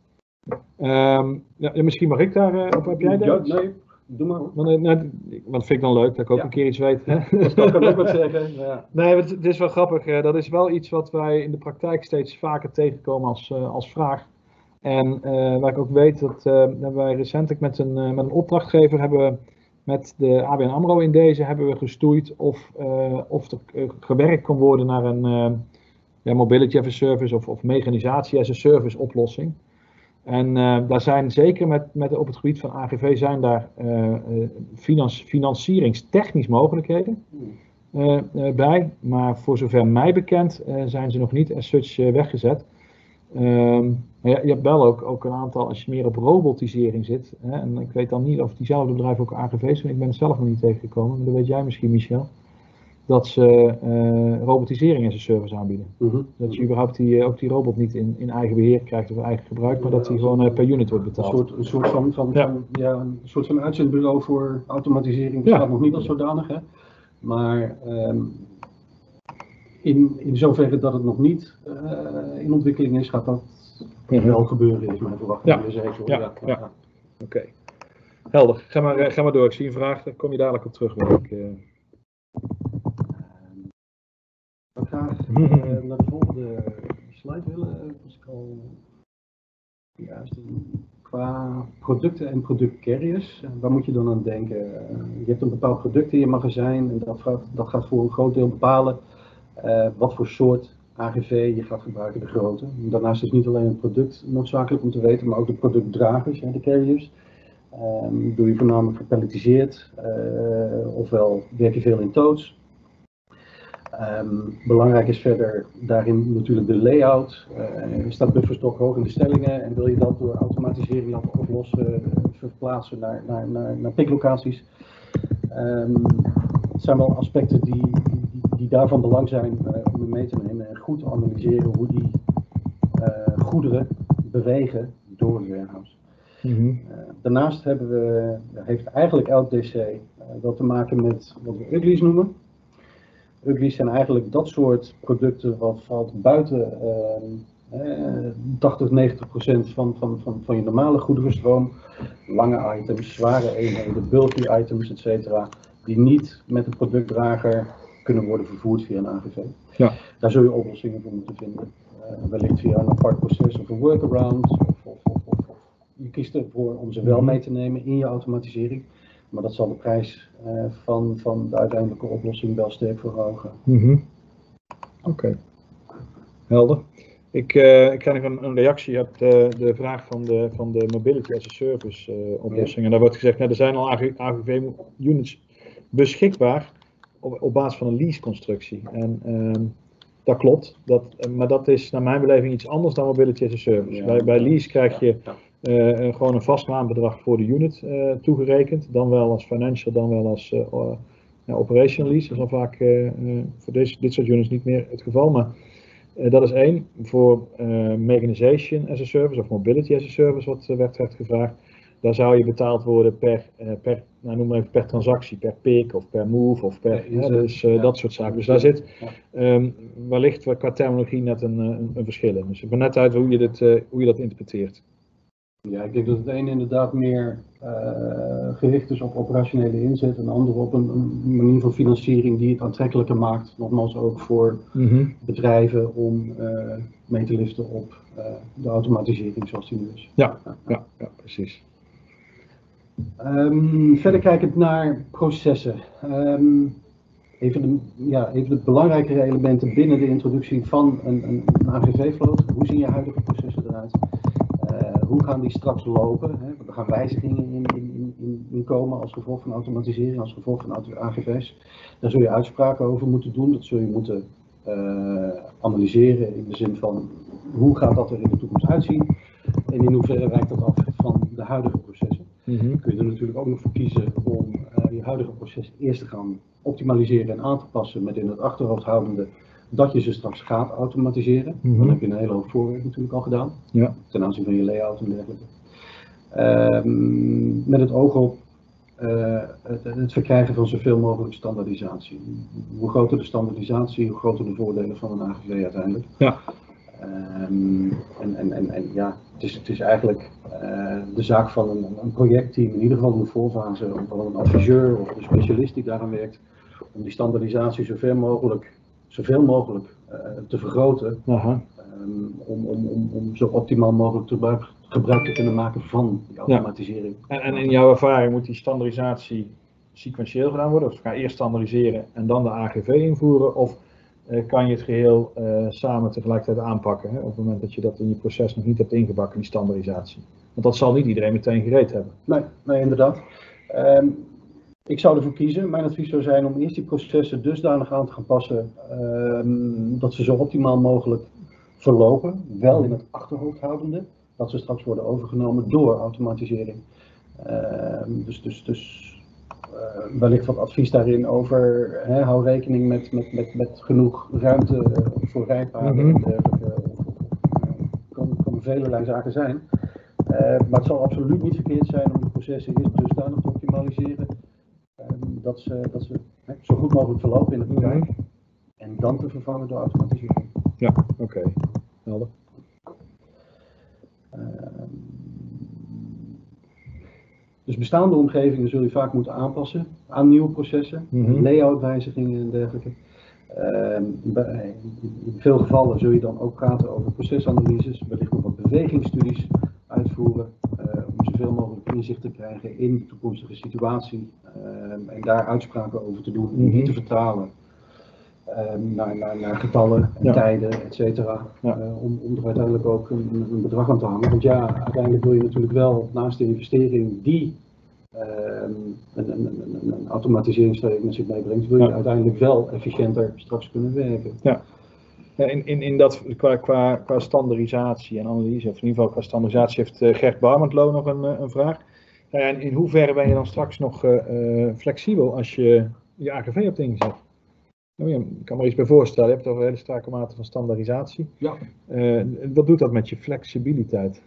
Um, ja, misschien mag ik daar uh, op. Heb jij dat? Ja, nee. Doe maar. Want, uh, nou, want vind ik dan leuk dat ik ook ja. een keer iets weet. Dat kan ik ook wat zeggen. Ja. Nee, het, het is wel grappig. Uh, dat is wel iets wat wij in de praktijk steeds vaker tegenkomen als, uh, als vraag. En uh, waar ik ook weet dat uh, hebben wij recentelijk met een, uh, met een opdrachtgever hebben we met de A B N AMRO in deze hebben we gestoeid of, uh, of er uh, gewerkt kon worden naar een uh, ja, mobility as a service of, of mechanisatie as a service oplossing. En uh, daar zijn zeker met, met, op het gebied van A G V zijn daar uh, finans, financieringstechnisch mogelijkheden uh, uh, bij. Maar voor zover mij bekend uh, zijn ze nog niet as such uh, weggezet. Um, maar ja, je hebt wel ook, ook een aantal, als je meer op robotisering zit. Hè, en ik weet dan niet of diezelfde bedrijven ook A G V's doen. Ik ben het zelf nog niet tegengekomen, maar dat weet jij misschien, Michel. Dat ze uh, robotisering as a service aanbieden. Mm-hmm. Dat je überhaupt die, ook die robot niet in, in eigen beheer krijgt of eigen gebruik, maar dat die gewoon uh, per unit wordt betaald. Een soort, een soort, van, van, ja. van, ja, een soort van uitzendbureau voor automatisering bestaat ja. nog niet als zodanig. Hè? Maar um, in, in zoverre dat het nog niet uh, in ontwikkeling is, gaat dat mm-hmm. wel gebeuren, is mijn verwachting. Ja, zeker, ja, ja. ja. ja. Oké. Okay. Helder. Ga maar, uh, ga maar door. Ik zie een vraag, daar kom je dadelijk op terug. Ik, uh... Ik zou graag uh, naar de volgende slide willen, Pascal. Juist, qua producten en productcarriers, waar moet je dan aan denken? Je hebt een bepaald product in je magazijn en dat gaat, dat gaat voor een groot deel bepalen uh, wat voor soort A G V je gaat gebruiken, de grootte. Daarnaast is niet alleen het product noodzakelijk om te weten, maar ook de productdragers, de carriers. Um, doe je voornamelijk gepalletiseerd, uh, ofwel werk je veel in totes. Um, belangrijk is verder daarin natuurlijk de layout. Uh, er staat bufferstok hoog in de stellingen en wil je dat door automatisering laten oplossen, verplaatsen naar, naar, naar, naar picklocaties. Um, het zijn wel aspecten die, die, die daarvan belang zijn uh, om mee te nemen en goed te analyseren hoe die uh, goederen bewegen door een warehouse. Mm-hmm. uh, daarnaast hebben we, heeft eigenlijk elk D C uh, wel te maken met wat we U G Lis noemen. U G Lis zijn eigenlijk dat soort producten wat valt buiten uh, eh, tachtig, negentig procent van, van, van, van je normale goederenstroom. Lange items, zware eenheden, bulky items, et cetera. Die niet met een productdrager kunnen worden vervoerd via een A G V. Ja. Daar zul je oplossingen voor moeten vinden. Uh, wellicht via een apart proces of een workaround. Of, of, of, of, of. Je kiest ervoor om ze wel mee te nemen in je automatisering. Maar dat zal de prijs uh, van, van de uiteindelijke oplossing wel sterk verhogen. Mm-hmm. Oké, okay. Helder. Ik, uh, ik krijg een, een reactie op de, de vraag van de, van de Mobility as a Service uh, oplossing. Ja. En daar wordt gezegd, nou, er zijn al A G V units beschikbaar op, op basis van een lease-constructie. En uh, dat klopt, dat, maar dat is naar mijn beleving iets anders dan Mobility as a Service. Ja, bij, bij lease krijg je... Ja, ja. Uh, gewoon een vast maandbedrag voor de unit uh, toegerekend, dan wel als financial, dan wel als uh, uh, ja, operational lease. Dat is al vaak uh, uh, voor deze, dit soort units niet meer het geval, maar uh, dat is één. Voor uh, mechanization as a service of mobility as a service, wat uh, werd, werd gevraagd, daar zou je betaald worden per, uh, per, nou, noem maar even per transactie, per pick of per move of per, ja, dus uh, ja. dat soort zaken. Dus daar zit um, wellicht qua terminologie net een, een, een verschil in. Dus ik ben net uit hoe je, dit, uh, hoe je dat interpreteert. Ja, ik denk dat het een inderdaad meer uh, gericht is op operationele inzet en de andere op een, een manier van financiering die het aantrekkelijker maakt, nogmaals ook voor mm-hmm. bedrijven om uh, mee te liften op uh, de automatisering zoals die nu is. Ja, ja, ja, ja precies. Um, verder kijkend naar processen. Um, even, de, ja, even de belangrijkere elementen binnen de introductie van een, een, een A G V-vloot. Hoe zien je huidige processen eruit? Uh, hoe gaan die straks lopen? Hè? Er gaan wijzigingen in, in, in, in komen als gevolg van automatisering, als gevolg van A G V's. Daar zul je uitspraken over moeten doen. Dat zul je moeten uh, analyseren in de zin van hoe gaat dat er in de toekomst uitzien? En in hoeverre wijkt dat af van de huidige processen? Mm-hmm. Kun je er natuurlijk ook nog voor kiezen om uh, je huidige proces eerst te gaan optimaliseren en aan te passen met in het achterhoofd houdende dat je ze straks gaat automatiseren. Mm-hmm. Dan heb je een hele hoop voorwerk natuurlijk al gedaan, ja. Ten aanzien van je layout en dergelijke. Um, met het oog op uh, het, het verkrijgen van zoveel mogelijk standaardisatie. Hoe groter de standaardisatie, hoe groter de voordelen van een A G V uiteindelijk. Ja. Um, en, en, en, en ja, het is, het is eigenlijk uh, de zaak van een, een projectteam, in ieder geval in de voorfase, of van een adviseur of een specialist die daaraan werkt, om die standaardisatie zoveel mogelijk, zoveel mogelijk uh, te vergroten, uh-huh. um, om, om, om, om zo optimaal mogelijk te gebruik, gebruik te kunnen maken van die automatisering. Ja. En, en in jouw ervaring moet die standaardisatie sequentieel gedaan worden, of we gaan eerst standaardiseren en dan de A G V invoeren, of Uh, kan je het geheel uh, samen tegelijkertijd aanpakken, hè, op het moment dat je dat in je proces nog niet hebt ingebakken, die standaardisatie. Want dat zal niet iedereen meteen gereed hebben. Nee, nee inderdaad. Um, ik zou ervoor kiezen, mijn advies zou zijn om eerst die processen dusdanig aan te gaan passen um, dat ze zo optimaal mogelijk verlopen, wel in het achterhoofd houdende, dat ze straks worden overgenomen door automatisering. Um, dus, dus, dus Uh, wellicht wat advies daarin over, hè, hou rekening met, met, met, met genoeg ruimte uh, voor rijpaden mm-hmm. en dergelijke. Het kan, kan velelei zaken zijn. Uh, maar het zal absoluut niet verkeerd zijn om de processen eerst dusdanig te optimaliseren uh, dat ze, dat ze hè, zo goed mogelijk verlopen in het bedrijf mm-hmm. en dan te vervangen door automatisering. Ja, oké. Okay. Helder. Uh, Dus bestaande omgevingen zul je vaak moeten aanpassen aan nieuwe processen, mm-hmm. layoutwijzigingen en dergelijke. Uh, bij, in veel gevallen zul je dan ook praten over procesanalyses, wellicht nog wat bewegingsstudies uitvoeren, uh, om zoveel mogelijk inzicht te krijgen in de toekomstige situatie uh, en daar uitspraken over te doen en mm-hmm. die te vertalen uh, naar, naar, naar getallen en ja. tijden, et cetera. Ja. Uh, om, om er uiteindelijk ook een, een bedrag aan te hangen. Want ja, uiteindelijk wil je natuurlijk wel naast de investering die uh, een, een, een, een automatiseringstraject met zich meebrengt, wil je ja. uiteindelijk wel efficiënter straks kunnen werken. Ja. In, in, in dat, qua, qua, qua standaardisatie en analyse, of in ieder geval qua standaardisatie, heeft uh, Gert Barmentlo nog een, een vraag. Uh, en in hoeverre ben je dan straks nog uh, uh, flexibel als je je A G V hebt ingezet? Nou, je kan me iets bij voorstellen, je hebt over hele sterke mate van standaardisatie. Ja. Uh, wat doet dat met je flexibiliteit?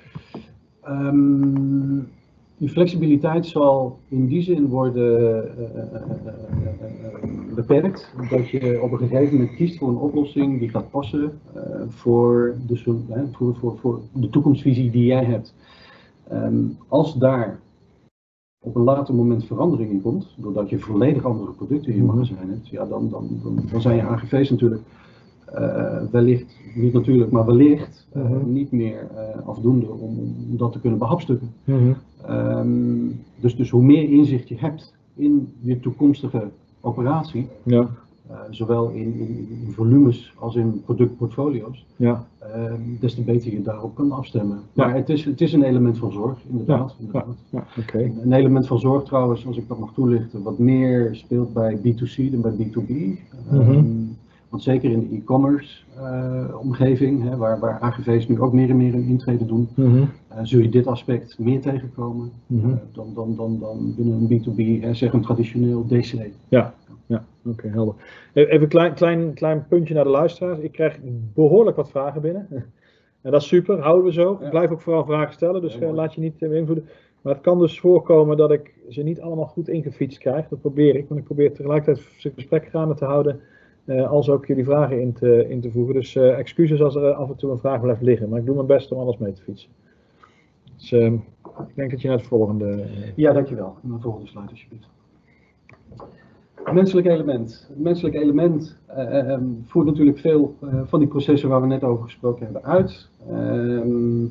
Um, die flexibiliteit zal in die zin worden uh, uh, uh, beperkt, dat je op een gegeven moment kiest voor een oplossing die gaat passen uh, voor, de, uh, voor, voor, voor de toekomstvisie die jij hebt. Um, als daar op een later moment verandering in komt, doordat je volledig andere producten in je magazijn hebt, ja, dan, dan, dan, dan zijn je A G V's natuurlijk uh, wellicht, niet natuurlijk, maar wellicht uh, uh-huh. niet meer uh, afdoende om, om dat te kunnen behapstukken. Uh-huh. Um, dus, dus hoe meer inzicht je hebt in je toekomstige operatie, ja. uh, zowel in, in, in volumes als in productportfolio's, ja. uh, des te beter je daarop kan afstemmen. Ja. Maar het is, het is een element van zorg, inderdaad. Ja. inderdaad. Ja. Ja. Okay. Een element van zorg trouwens, als ik dat mag toelichten, wat meer speelt bij B twee C dan bij B twee B. Mm-hmm. Um, want zeker in de e-commerce uh, omgeving, hè, waar, waar A G V's nu ook meer en meer een intrede doen, mm-hmm. uh, zul je dit aspect meer tegenkomen mm-hmm. uh, dan, dan, dan, dan binnen een B twee B, hè, zeg een traditioneel D C. Ja, ja oké, okay, helder. Even een klein, klein, klein puntje naar de luisteraars. Ik krijg behoorlijk wat vragen binnen. En dat is super, houden we zo. Ja. Ik blijf ook vooral vragen stellen, dus uh, laat je niet uh, beïnvloeden. Maar het kan dus voorkomen dat ik ze niet allemaal goed ingefietst krijg. Dat probeer ik, want ik probeer tegelijkertijd het gesprek gaande te houden. Uh, als ook jullie vragen in te, in te voegen. Dus uh, excuses als er af en toe een vraag blijft liggen. Maar ik doe mijn best om alles mee te fietsen. Dus uh, ik denk dat je naar het volgende... Uh... Ja, dankjewel. Naar de volgende slide alsjeblieft. Menselijk element. Het menselijk element uh, um, voert natuurlijk veel uh, van die processen waar we net over gesproken hebben uit. Um,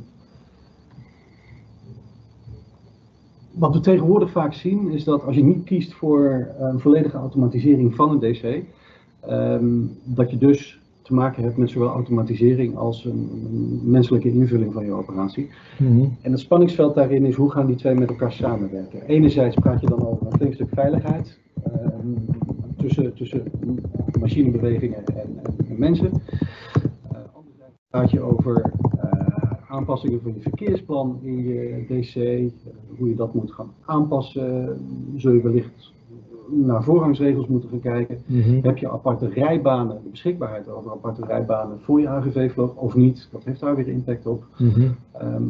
wat we tegenwoordig vaak zien is dat als je niet kiest voor een volledige automatisering van een D C, um, dat je dus te maken hebt met zowel automatisering als een, een menselijke invulling van je operatie. Mm-hmm. En het spanningsveld daarin is hoe gaan die twee met elkaar samenwerken. Enerzijds praat je dan over een flink stuk veiligheid um, tussen, tussen machinebewegingen en, en, en mensen. Uh, anderzijds praat je over uh, aanpassingen van je verkeersplan in je D C, uh, hoe je dat moet gaan aanpassen. Zul je wellicht naar voorrangsregels moeten gaan kijken. Mm-hmm. Heb je aparte rijbanen, de beschikbaarheid over aparte rijbanen voor je A G V-vloot of niet? Dat heeft daar weer impact op. Mm-hmm. Um,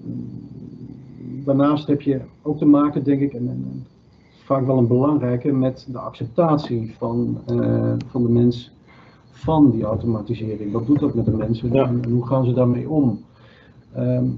daarnaast heb je ook te maken, denk ik, en, en vaak wel een belangrijke, met de acceptatie van, uh, van de mens van die automatisering. Wat doet dat met de mensen Ja. en, en hoe gaan ze daarmee om? Um,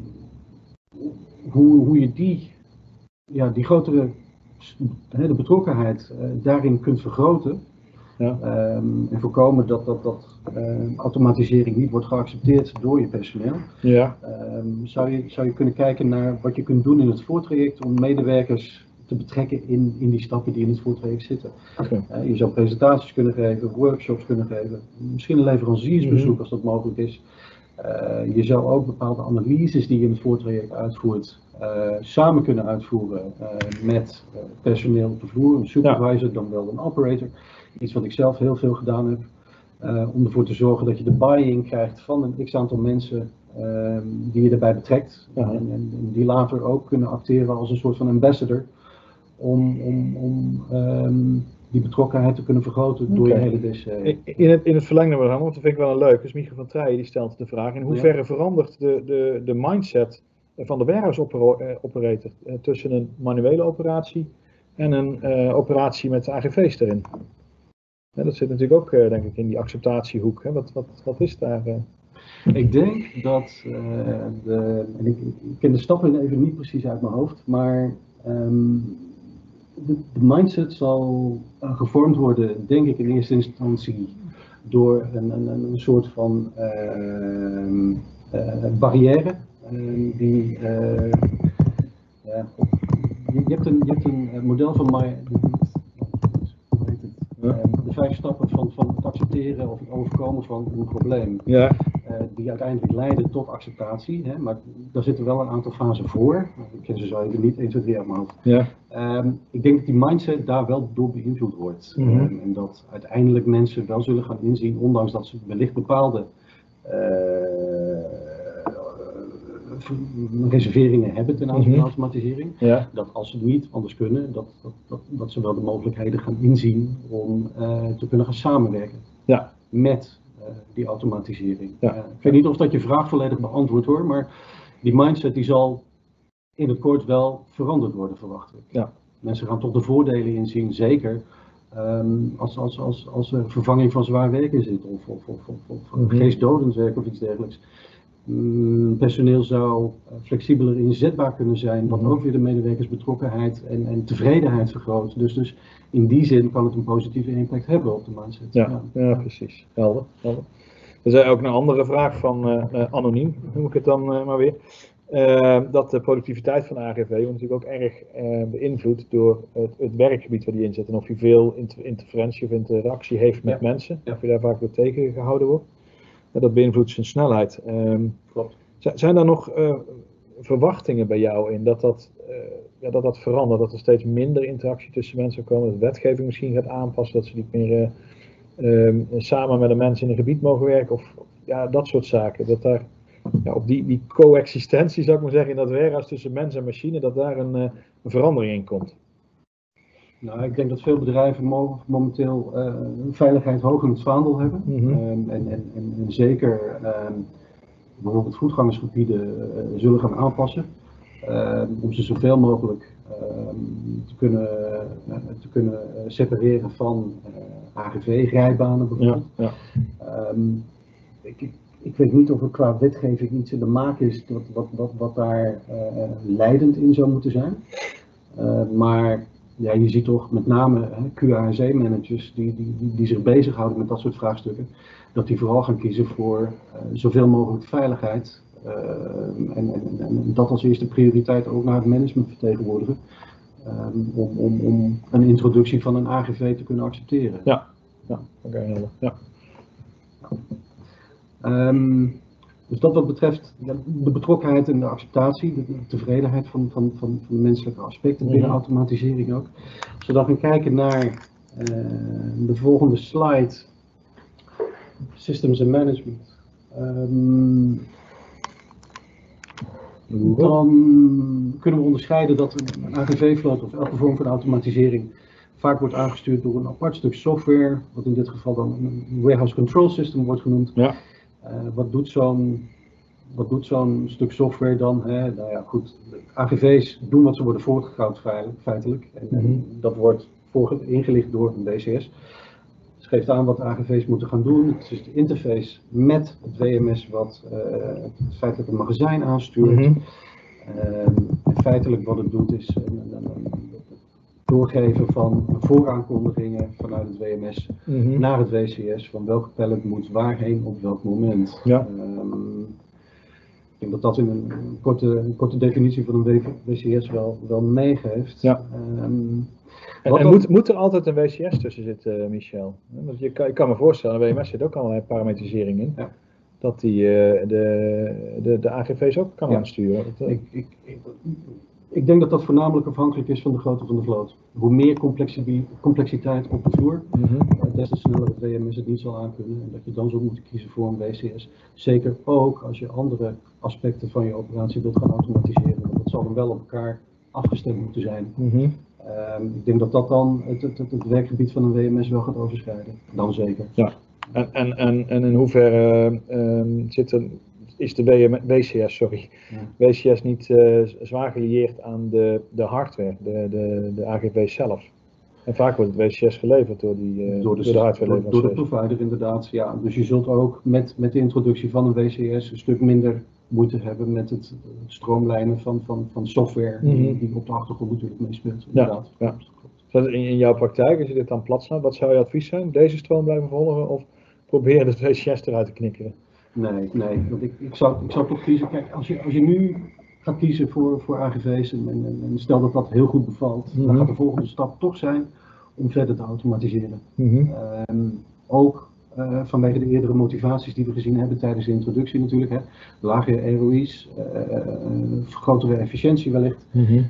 hoe, hoe je die, ja, die grotere de betrokkenheid uh, daarin kunt vergroten, ja. um, en voorkomen dat, dat, dat uh, automatisering niet wordt geaccepteerd door je personeel. Ja. Um, zou, je, zou je kunnen kijken naar wat je kunt doen in het voortraject om medewerkers te betrekken in, in die stappen die in het voortraject zitten. Okay. Uh, je zou presentaties kunnen geven, workshops kunnen geven, misschien een leveranciersbezoek mm-hmm. als dat mogelijk is. Uh, je zou ook bepaalde analyses die je in het voortraject uitvoert, uh, samen kunnen uitvoeren uh, met uh, personeel op de vloer, een supervisor, ja. dan wel een operator. Iets wat ik zelf heel veel gedaan heb, uh, om ervoor te zorgen dat je de buy-in krijgt van een x-aantal mensen uh, die je erbij betrekt. Ja. En, en, en die later ook kunnen acteren als een soort van ambassador om, om, om um, die betrokkenheid te kunnen vergroten okay. door je hele D C. In het, in het verlengde daarvan, want dat vind ik wel een leuk, dus Michiel van Trijen die stelt de vraag, in hoeverre ja. verandert de, de, de mindset van de warehouse operator uh, tussen een manuele operatie en een uh, operatie met A G V's erin? Ja, dat zit natuurlijk ook uh, denk ik in die acceptatiehoek. Hè? Wat, wat, wat is daar? Uh... Ik denk dat, uh, de, en ik, ik ken de stappen even niet precies uit mijn hoofd, maar um, De, de mindset zal uh, gevormd worden, denk ik in eerste instantie, door een, een, een soort van uh, uh, barrière. Uh, die, uh, uh, je, je, hebt een, je hebt een model van my, hoe heet het? Uh, de vijf stappen van, van het accepteren of het overkomen van een probleem. Ja. Uh, die uiteindelijk leiden tot acceptatie, hè, maar daar zitten wel een aantal fasen voor. Ik ken ze zo even niet, één, twee, drie uit mijn hoofd. Ja. Um, ik denk dat die mindset daar wel door beïnvloed wordt. Mm-hmm. um, en dat uiteindelijk mensen wel zullen gaan inzien, ondanks dat ze wellicht bepaalde uh, reserveringen hebben ten aanzien van mm-hmm. automatisering. Ja. Dat als ze het niet anders kunnen, dat, dat, dat, dat ze wel de mogelijkheden gaan inzien om uh, te kunnen gaan samenwerken ja. met uh, die automatisering. Ja. Uh, ik weet niet of dat je vraag volledig beantwoord hoor, maar die mindset die zal in het kort wel veranderd worden, verwacht ik. Ja. Mensen gaan toch de voordelen inzien, zeker um, als, als, als, als er vervanging van zwaar werk in zit, of, of, of, of, of mm-hmm. geestdodend werk of iets dergelijks. Um, personeel zou uh, flexibeler inzetbaar kunnen zijn, wat mm-hmm. ook weer de medewerkersbetrokkenheid en, en tevredenheid vergroot. Dus, dus in die zin kan het een positieve impact hebben op de mindset. Ja, ja. ja precies. Helder, helder. Er is ook een andere vraag van uh, uh, anoniem, noem ik het dan uh, maar weer. Uh, dat de productiviteit van A G V wordt natuurlijk ook erg uh, beïnvloed door het, het werkgebied waar die in zit. En of je veel inter interferentie of interactie heeft met ja. mensen, ja. of je daar vaak door tegengehouden wordt. Uh, dat beïnvloedt zijn snelheid. Um, Klopt. Zijn daar nog uh, verwachtingen bij jou in dat dat, uh, ja, dat dat verandert? Dat er steeds minder interactie tussen mensen komen, dat de wetgeving misschien gaat aanpassen, dat ze niet meer uh, uh, samen met een mens in een gebied mogen werken, of ja, dat soort zaken. Dat daar Ja, op die, die coexistentie, zou ik maar zeggen, in dat warehouse tussen mens en machine, dat daar een, een verandering in komt. Nou, ik denk dat veel bedrijven mo momenteel uh, veiligheid hoog in het vaandel hebben. Mm-hmm. um, en, en, en, en zeker um, bijvoorbeeld voetgangersgebieden uh, zullen gaan aanpassen. Uh, om ze zoveel mogelijk uh, te kunnen, uh, te kunnen separeren van uh, A G V-rijbanen bijvoorbeeld. Ja, ja. Um, ik, ik weet niet of er qua wetgeving iets in de maak is wat, wat, wat, wat daar uh, leidend in zou moeten zijn. Uh, maar ja, je ziet toch met name hè, Q A S E-managers die, die, die, die zich bezighouden met dat soort vraagstukken, dat die vooral gaan kiezen voor uh, zoveel mogelijk veiligheid. Uh, en, en, en dat als eerste prioriteit ook naar het management vertegenwoordigen. Um, om, om, om een introductie van een A G V te kunnen accepteren. Ja, ja, oké, okay, ja. Um, dus dat wat betreft ja, de betrokkenheid en de acceptatie, de, de tevredenheid van, van, van, van de menselijke aspecten binnen mm-hmm. automatisering ook. Als we dan gaan kijken naar uh, de volgende slide, Systems and Management. Um, Dan kunnen we onderscheiden dat een A G V-vloot of elke vorm van automatisering vaak wordt aangestuurd door een apart stuk software, wat in dit geval dan een warehouse control system wordt genoemd. Ja. Uh, wat doet zo'n wat doet zo'n stuk software dan? Hè? Nou ja, goed, A G V's doen wat ze worden voortgegoud feitelijk. En, mm-hmm. en dat wordt voor, ingelicht door een B C S. Het geeft aan wat A G V's moeten gaan doen. Het is de interface met het W M S wat uh, het feitelijk een magazijn aanstuurt. Mm-hmm. uh, feitelijk wat het doet is een, een, een doorgeven van vooraankondigingen vanuit het W M S mm-hmm. naar het W C S van welke pallet moet waarheen op welk moment. Ja. Um, ik denk dat dat in een korte, een korte definitie van een W C S wel, wel meegeeft. Ja. Um, En, en moet, moet er altijd een W C S tussen zitten, uh, Michel? Want je kan, ik kan me voorstellen, een W M S zit ook allerlei parametrisering in. Ja. Dat die uh, de, de, de A G V's ook kan ja. aansturen. Dat, uh... ik, ik, ik, ik denk dat dat voornamelijk afhankelijk is van de grootte van de vloot. Hoe meer complexiteit op de vloer, mm-hmm. uh, des te sneller het W M S het niet zal aankunnen. En dat je dan zou moeten kiezen voor een W C S. Zeker ook als je andere aspecten van je operatie wilt gaan automatiseren. Want dat zal dan wel op elkaar afgestemd moeten zijn. Mm-hmm. Um, ik denk dat dat dan het, het, het, het werkgebied van een W M S wel gaat overschrijden. Dan zeker. Ja. En, en, en, en in hoeverre uh, zit er, is de W M, W C S, sorry, ja. W C S niet uh, zwaar gelieerd aan de, de hardware, de, de, de A G V zelf? En vaak wordt het W C S geleverd door, die, uh, door, de, door de hardware door, door de provider inderdaad, ja. Dus je zult ook met, met de introductie van een W C S een stuk minder moeite hebben met het stroomlijnen van, van, van software mm-hmm. die, die op de achtergrond natuurlijk meespeelt. Inderdaad. Ja, ja. In, in jouw praktijk, als je dit dan plat snapt, wat zou je advies zijn? Deze stroom blijven volgen of proberen de W C S eruit te knikkeren? Nee, nee. Want ik, ik, zou, ik zou toch kiezen, kijk, als je, als je nu gaat kiezen voor, voor A G V's en, en, en stel dat dat heel goed bevalt, mm-hmm. dan gaat de volgende stap toch zijn om verder te automatiseren. Mm-hmm. Um, ook Uh, vanwege de eerdere motivaties die we gezien hebben tijdens de introductie natuurlijk. Hè. Lagere R O I's, uh, uh, grotere efficiëntie wellicht. Mm-hmm.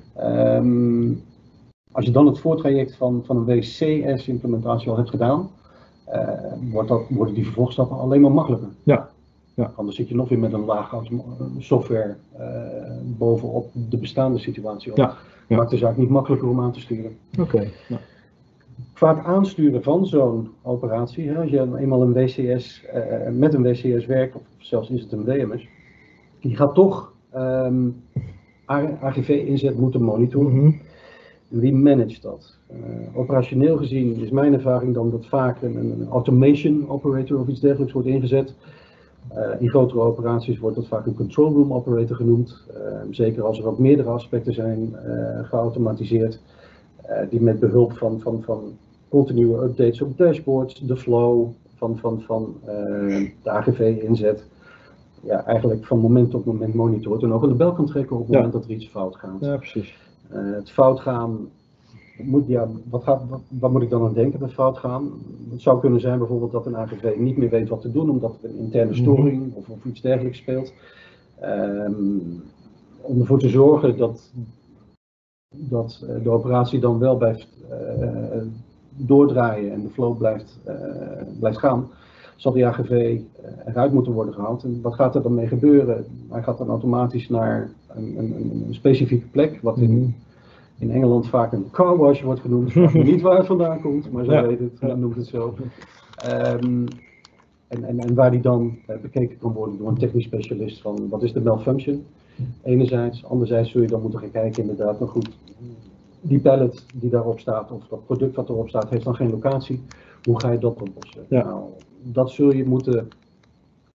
um, als je dan het voortraject van, van een W C S-implementatie al hebt gedaan, uh, wordt dat, worden die vervolgstappen alleen maar makkelijker. Ja. Ja. Anders zit je nog weer met een laag software uh, bovenop de bestaande situatie. Ja. Ja. Maakt de zaak niet makkelijker om aan te sturen. Oké. Okay. Ja. Qua het aansturen van zo'n operatie, hè, als je eenmaal een W C S, uh, met een W C S werkt, of zelfs is het een W M S, je gaat toch um, A G V-inzet moeten monitoren. Mm-hmm. Wie managt dat? Uh, operationeel gezien is mijn ervaring dan dat vaak een, een automation operator of iets dergelijks wordt ingezet. Uh, in grotere operaties wordt dat vaak een control room operator genoemd. Uh, zeker als er ook meerdere aspecten zijn uh, geautomatiseerd, uh, die met behulp van, van, van continue updates op dashboards, de flow van, van, van uh, de A G V-inzet, ja, eigenlijk van moment tot moment monitort en ook aan de bel kan trekken op het moment ja. dat er iets fout gaat. Ja, precies. Uh, het fout gaan, moet, ja, wat, gaat, wat, wat moet ik dan aan denken met fout gaan? Het zou kunnen zijn bijvoorbeeld dat een A G V niet meer weet wat te doen omdat er een interne storing mm-hmm. of, of iets dergelijks speelt. Um, om ervoor te zorgen dat, dat uh, de operatie dan wel blijft uh, doordraaien en de flow blijft, uh, blijft gaan, zal die A G V uh, eruit moeten worden gehaald. En wat gaat er dan mee gebeuren? Hij gaat dan automatisch naar een, een, een specifieke plek, wat in, mm-hmm. in Engeland vaak een car wash wordt genoemd. Ik weet niet waar het vandaan komt, maar zo ja. weet het, men noemt het zo. Um, en, en, en waar die dan uh, bekeken kan worden door een technisch specialist van wat is de malfunction, enerzijds. Anderzijds zul je dan moeten gaan kijken inderdaad, maar goed, die pallet die daarop staat of dat product wat erop staat heeft dan geen locatie. Hoe ga je dat oplossen? Ja. Nou, dat zul je moeten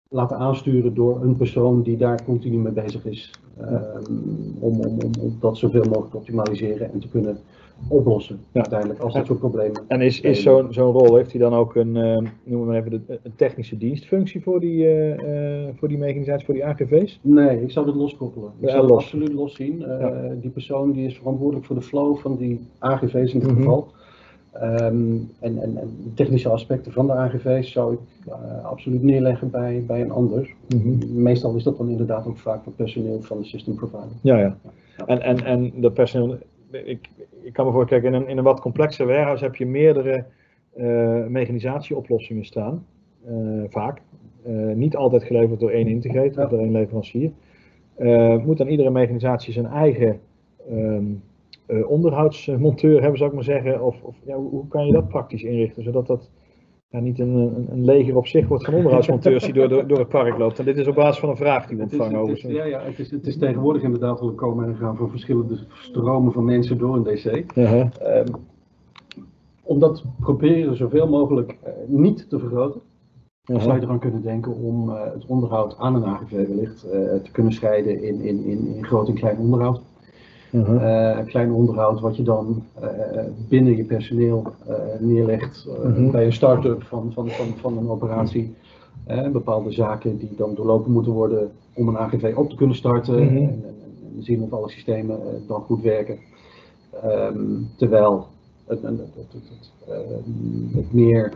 laten aansturen door een persoon die daar continu mee bezig is. Um, om, om, om, om dat zoveel mogelijk te optimaliseren en te kunnen oplossen, ja. uiteindelijk, als dat soort problemen. En is, is zo'n zo'n rol, heeft hij dan ook een, uh, noemen we maar even, de, een technische dienstfunctie voor die, uh, uh, voor die mechanisatie, voor die A G V's? Nee, ik zou dat loskoppelen. Ik ja, zou los. het absoluut los zien. Uh, ja. Die persoon die is verantwoordelijk voor de flow van die A G V's in dit mm-hmm. geval. Um, en, en, en de technische aspecten van de A G V's zou ik uh, absoluut neerleggen bij, bij een ander. Mm-hmm. Meestal is dat dan inderdaad ook vaak voor personeel van de system provider. Ja, ja. ja. En, en, en dat personeel, ik, ik kan me voorstellen, in een, in een wat complexer warehouse heb je meerdere uh, mechanisatieoplossingen staan. Uh, vaak. Uh, niet altijd geleverd door één integrator ja. of door één leverancier. Uh, moet dan iedere mechanisatie zijn eigen um, uh, onderhoudsmonteur hebben, zou ik maar zeggen. Of, of ja, hoe, hoe kan je dat praktisch inrichten, zodat dat ja, niet een, een, een leger op zich wordt van onderhoudsmonteurs die door, door, door het park loopt. En dit is op basis van een vraag die we ontvangen over. Ja, ja, het is, het is tegenwoordig inderdaad wel komen en gaan van verschillende stromen van mensen door een D C. Uh-huh. Um, om dat proberen zoveel mogelijk uh, niet te vergroten. Uh-huh. Zou je eraan kunnen denken om uh, het onderhoud aan een A G V wellicht uh, te kunnen scheiden in, in, in, in groot en klein onderhoud. Uh-huh. Uh, klein onderhoud wat je dan uh, binnen je personeel uh, neerlegt uh, uh-huh. bij een start-up van, van, van, van een operatie. Uh, bepaalde zaken die dan doorlopen moeten worden om een A G V op te kunnen starten. Uh-huh. en, en, en zien of alle systemen uh, dan goed werken. Um, terwijl het, het, het, het, het, uh, het meer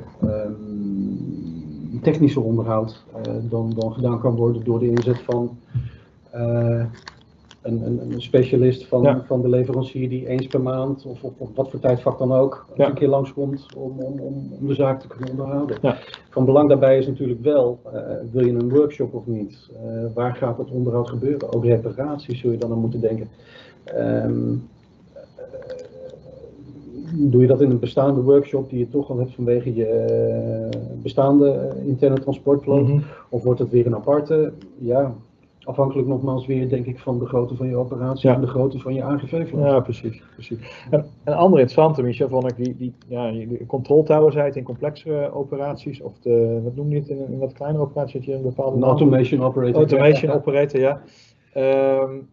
um, technische onderhoud uh, dan, dan gedaan kan worden door de inzet van uh, Een, een, een specialist van, ja. van de leverancier die eens per maand of op wat voor tijdvak dan ook ja. een keer langskomt om, om, om, om de zaak te kunnen onderhouden. Ja. Van belang daarbij is natuurlijk wel, uh, wil je een workshop of niet? Uh, waar gaat het onderhoud gebeuren? Ook reparaties zul je dan aan moeten denken. Um, uh, doe je dat in een bestaande workshop die je toch al hebt vanwege je uh, bestaande uh, interne transportvloot? Mm-hmm. Of wordt het weer een aparte? Ja. Afhankelijk nogmaals weer, denk ik, van de grootte van je operatie ja. en de grootte van je A G V-vloot. Ja, precies. precies. En een andere interessante, Michel, vond ik die, die ja, de control tower zei het in complexere operaties, of de, wat noem je het, in een, in wat kleinere operaties, dat je een bepaalde... Een automation operator. Automation ja. operator, ja. Um,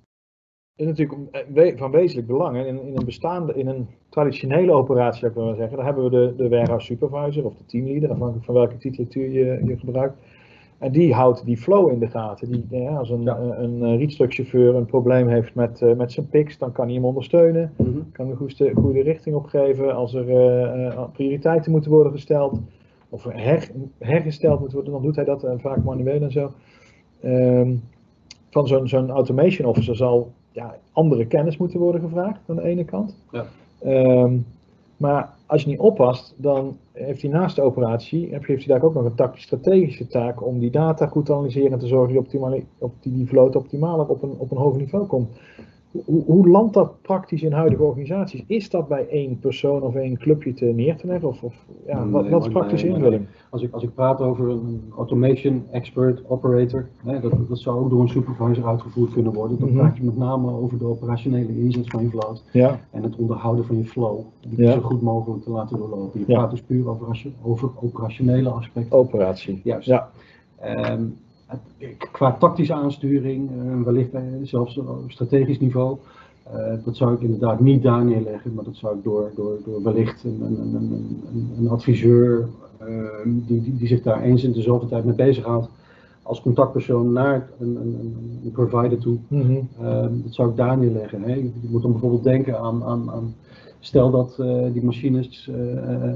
is natuurlijk van wezenlijk belang. In, in een bestaande, in een traditionele operatie, zou ik wel zeggen, daar hebben we de, de warehouse supervisor of de teamleader, afhankelijk van welke titulatuur je, je gebruikt. En die houdt die flow in de gaten. Die, ja, als een, ja. een, een rietstrukchauffeur een probleem heeft met, uh, met zijn piks, dan kan hij hem ondersteunen. Mm-hmm. Kan een goede, goede richting opgeven. Als er uh, uh, prioriteiten moeten worden gesteld, of her, hergesteld moet worden, dan doet hij dat uh, vaak manueel en zo. Um, van zo'n zo'n automation officer zal ja, andere kennis moeten worden gevraagd aan de ene kant. Ja. Um, maar als je niet oppast, dan heeft hij naast de operatie, heeft hij daar ook nog een tactisch-strategische taak om die data goed te analyseren en te zorgen dat die, die, die vloot optimaal op een, op een hoger niveau komt. Hoe, hoe landt dat praktisch in huidige organisaties? Is dat bij één persoon of één clubje te neer te leggen? Of, of, ja, nee, wat, wat is praktische nee, invulling? Nee. Als, ik, als ik praat over een automation expert operator, hè, dat, dat zou ook door een supervisor uitgevoerd kunnen worden. Dan mm-hmm. praat je met name over de operationele inzet van je vloot ja. en het onderhouden van je flow. Die ja. zo goed mogelijk te laten doorlopen. Je ja. praat dus puur over, over operationele aspecten. Operatie. Juist. Ja. Um, Qua tactische aansturing, uh, wellicht uh, zelfs op strategisch niveau, uh, dat zou ik inderdaad niet daar neerleggen, maar dat zou ik door, door, door wellicht een, een, een, een, een adviseur uh, die, die, die zich daar eens in de zoveel tijd mee bezighoudt, als contactpersoon naar een, een, een provider toe, mm-hmm. uh, dat zou ik daar neerleggen. Hè. Je moet dan bijvoorbeeld denken aan, aan, aan stel dat uh, die machines uh, uh,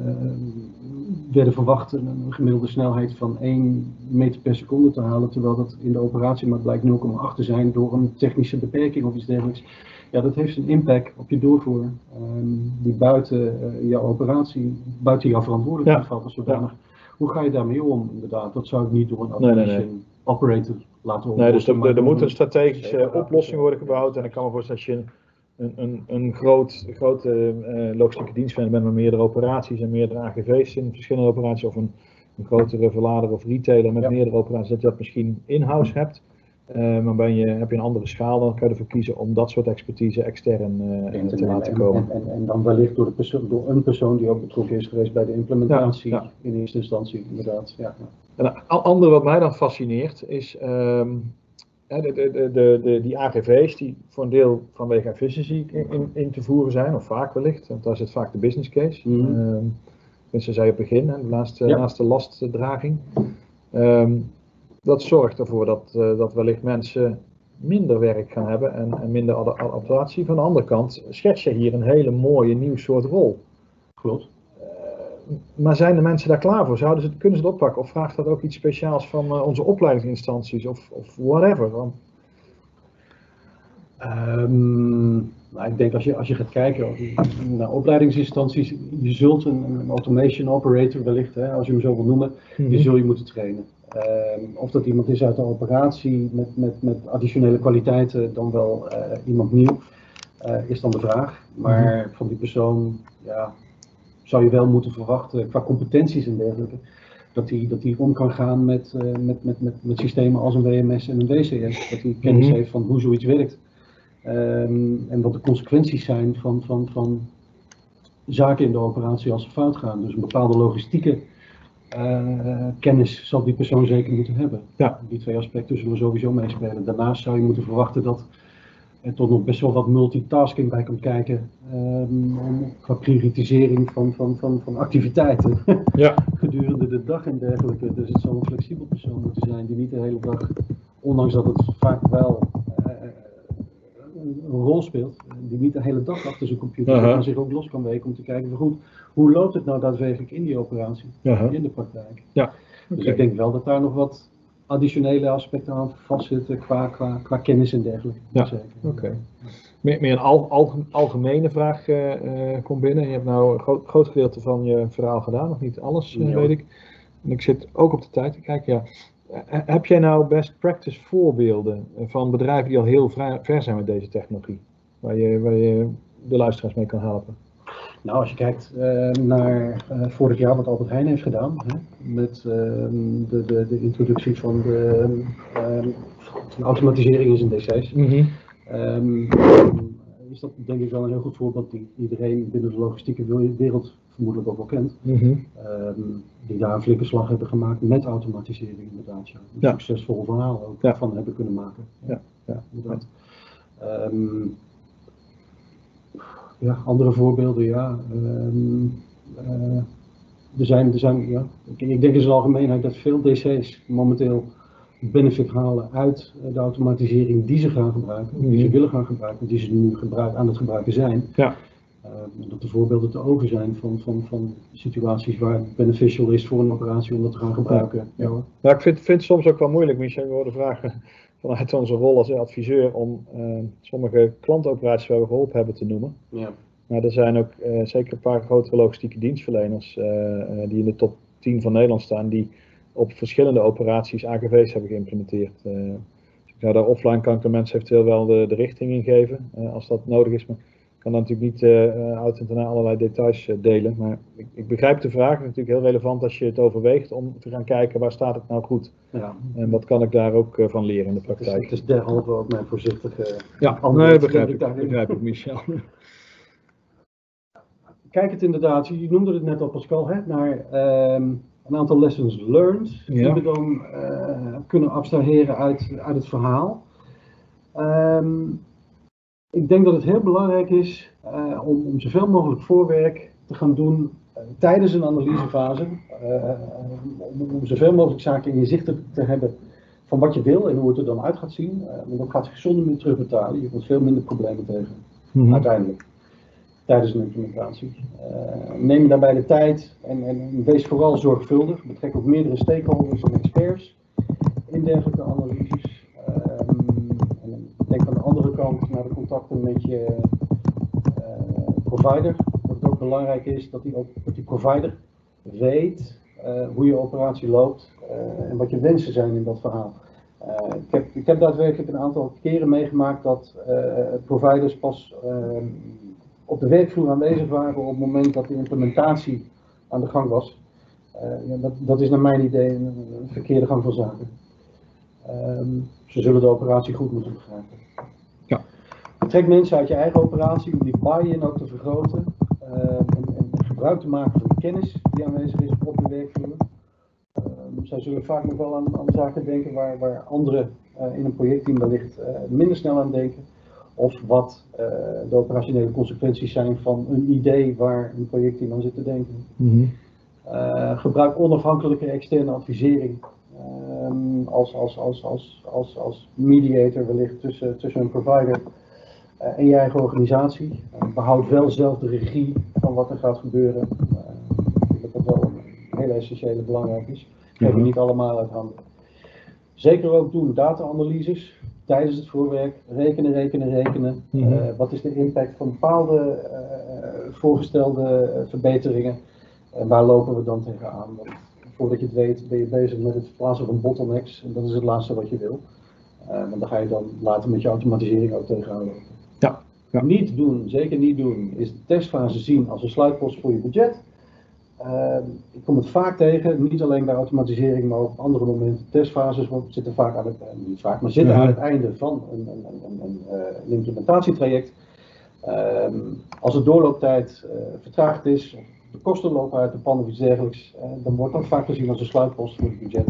werden verwacht een gemiddelde snelheid van één meter per seconde te halen, terwijl dat in de operatie maar blijkt nul komma acht te zijn door een technische beperking of iets dergelijks. Ja, dat heeft een impact op je doorvoer um, die buiten uh, jouw operatie, buiten jouw verantwoordelijkheid ja. valt als zodanig. Ja. Hoe ga je daarmee om inderdaad? Dat zou ik niet door een automation nee, nee, nee. operator laten oplossen. Nee, dus er, er moet een strategische oplossing worden gebouwd en ik kan me voorstellen dat je een, een, een groot, grote uh, logistieke dienstverlener bent met meerdere operaties en meerdere A G V's in verschillende operaties, of een, een grotere verlader of retailer met ja. meerdere operaties, dat je dat misschien in-house hebt. Uh, maar ben je, heb je een andere schaal, dan kan je ervoor kiezen om dat soort expertise extern uh, te, te laten komen. En, en, en dan wellicht door, de persoon, door een persoon die ook betrokken is geweest bij de implementatie ja, ja. in eerste instantie, inderdaad. Ja, ja. En een andere wat mij dan fascineert is um, de, de, de, de, de, die A G V's die voor een deel vanwege efficiency in, in, in te voeren zijn, of vaak wellicht, want daar zit vaak de business case. Mm-hmm. um, Tenminste, zei op het begin, hè, naast, ja. naast de lastdraging. Um, dat zorgt ervoor dat, uh, dat wellicht mensen minder werk gaan hebben en, en minder adaptatie. Van de andere kant schets je hier een hele mooie nieuw soort rol. Klopt. Uh, maar zijn de mensen daar klaar voor? Zouden ze, kunnen ze het oppakken? Of vraagt dat ook iets speciaals van uh, onze opleidingsinstanties of, of whatever? Want... Um, nou, ik denk als je, als je gaat kijken naar opleidingsinstanties, je zult een, een automation operator wellicht, hè, als je hem zo wil noemen, mm-hmm. die zul je moeten trainen. Um, of dat iemand is uit de operatie met, met, met additionele kwaliteiten, dan wel uh, iemand nieuw, uh, is dan de vraag. Maar mm-hmm. van die persoon ja, zou je wel moeten verwachten, qua competenties en dergelijke, dat hij dat die om kan gaan met, uh, met, met, met, met systemen als een W M S en een W C S. Dat hij kennis mm-hmm. heeft van hoe zoiets werkt. Um, en wat de consequenties zijn van, van, van zaken in de operatie als ze fout gaan. Dus een bepaalde logistieke uh, kennis zal die persoon zeker moeten hebben. Ja. Die twee aspecten zullen sowieso meespelen. Daarnaast zou je moeten verwachten dat er toch nog best wel wat multitasking bij komt kijken. Um, qua prioritisering van, van, van, van activiteiten ja. gedurende de dag en dergelijke. Dus het zal een flexibel persoon moeten zijn die niet de hele dag, ondanks dat het vaak wel uh, een rol speelt, die niet de hele dag achter zijn computer zit, uh-huh. maar zich ook los kan weken om te kijken van goed, hoe loopt het nou daadwerkelijk in die operatie, uh-huh. in de praktijk. Ja. Dus okay. ik denk wel dat daar nog wat additionele aspecten aan vastzitten qua, qua, qua kennis en dergelijke. Ja, oké. Okay. Meer, meer een al, al, algemene vraag uh, uh, komt binnen. Je hebt nou een groot, groot gedeelte van je verhaal gedaan, nog niet alles, uh, ja. weet ik. En ik zit ook op de tijd te kijken, ja. Heb jij nou best practice voorbeelden van bedrijven die al heel ver zijn met deze technologie? Waar je, waar je de luisteraars mee kan helpen? Nou, als je kijkt uh, naar uh, vorig jaar wat Albert Heijn heeft gedaan, hè, met uh, de, de, de introductie van de, uh, van automatisering in zijn D C's, mm-hmm. um, is dat denk ik wel een heel goed voorbeeld die iedereen binnen de logistieke wereld vermoedelijk ook wel kent. Mm-hmm. um, die daar een flinke slag hebben gemaakt met automatisering inderdaad. Ja. Een ja. succesvol verhaal ook ja. van hebben kunnen maken. Ja, ja. inderdaad. Um, ja, andere voorbeelden, ja. Um, uh, er zijn, er zijn, ja. Ik, ik denk in zijn algemeenheid dat veel D C's momenteel benefit halen uit de automatisering die ze gaan gebruiken, mm-hmm. die ze willen gaan gebruiken, die ze nu gebruik, aan het gebruiken zijn. Ja. Uh, dat de voorbeelden te over zijn van, van, van situaties waar het beneficial is voor een operatie om dat te gaan gebruiken. Ja, ja. ja ik vind, vind het soms ook wel moeilijk, Michel, we worden vragen vanuit onze rol als adviseur om uh, sommige klantoperaties waar we geholpen hebben te noemen. Ja. Maar er zijn ook uh, zeker een paar grotere logistieke dienstverleners uh, uh, die in de top tien van Nederland staan, die op verschillende operaties A G V's hebben geïmplementeerd. Uh, ja, daar offline kan ik de mensen eventueel wel de, de richting in geven, uh, als dat nodig is. Maar ik kan dan natuurlijk niet uh, uit en naar allerlei details uh, delen. Maar ik, ik begrijp de vraag. Het is natuurlijk heel relevant als je het overweegt om te gaan kijken waar staat het nou goed. Ja. En wat kan ik daar ook uh, van leren in de praktijk. Het is, het is derhalve ook mijn voorzichtige ja, antwoord. Nee, dat begrijp ik, ik, begrijp ik Michel. Kijk het inderdaad, je noemde het net al Pascal, hè, naar um, een aantal lessons learned. Ja. Die we dan uh, kunnen abstraheren uit, uit het verhaal. Um, Ik denk dat het heel belangrijk is uh, om, om zoveel mogelijk voorwerk te gaan doen uh, tijdens een analysefase. Uh, om, om zoveel mogelijk zaken in je zicht te, te hebben van wat je wil en hoe het er dan uit gaat zien. Uh, want dat gaat zich zonder meer terugbetalen. Je komt veel minder problemen tegen, mm-hmm. uiteindelijk, tijdens een implementatie. Uh, neem daarbij de tijd en, en wees vooral zorgvuldig. Betrek ook meerdere stakeholders en experts in dergelijke analyses. Denk aan de andere kant naar de contacten met je uh, provider. Dat het ook belangrijk is dat die, ook, dat die provider weet uh, hoe je operatie loopt uh, en wat je wensen zijn in dat verhaal. Uh, ik, heb, ik heb daadwerkelijk een aantal keren meegemaakt dat uh, providers pas uh, op de werkvloer aanwezig waren op het moment dat de implementatie aan de gang was. Uh, ja, dat, dat is naar mijn idee een, een verkeerde gang van zaken. Um, ze zullen de operatie goed moeten begrijpen. Ja. Trek mensen uit je eigen operatie om die buy-in ook te vergroten. Uh, en, en gebruik te maken van de kennis die aanwezig is op de werkvloer. Uh, zij zullen vaak nog wel aan, aan zaken denken waar, waar anderen uh, in een projectteam wellicht uh, minder snel aan denken. Of wat uh, de operationele consequenties zijn van een idee waar een projectteam aan zit te denken. Mm-hmm. Uh, gebruik onafhankelijke externe advisering um, als, als, als, als, als, als mediator wellicht tussen, tussen een provider uh, en je eigen organisatie. Uh, behoud wel zelf de regie van wat er gaat gebeuren. Uh, ik denk dat dat wel een hele essentiële belangrijk is. Geef je niet allemaal uit handen. Zeker ook doen data-analyses tijdens het voorwerk. Rekenen, rekenen, rekenen. Mm-hmm. Uh, wat is de impact van bepaalde uh, voorgestelde uh, verbeteringen? En waar lopen we dan tegenaan? Want voordat je het weet ben je bezig met het verplaatsen van bottlenecks. En dat is het laatste wat je wil. Uh, want dan ga je dan later met je automatisering ook tegenaan lopen. Ja. Ja. Niet doen, zeker niet doen, is de testfase zien als een sluitpost voor je budget. Uh, ik kom het vaak tegen, niet alleen bij automatisering, maar ook op andere momenten. Testfases zitten vaak aan het, uh, niet vaak, maar zitten uh-huh. aan het einde van een, een, een, een, een implementatietraject. Uh, als de doorlooptijd uh, vertraagd is, de kosten lopen uit de pan of iets dergelijks, uh, dan wordt dat vaak gezien als een sluitpost voor het budget.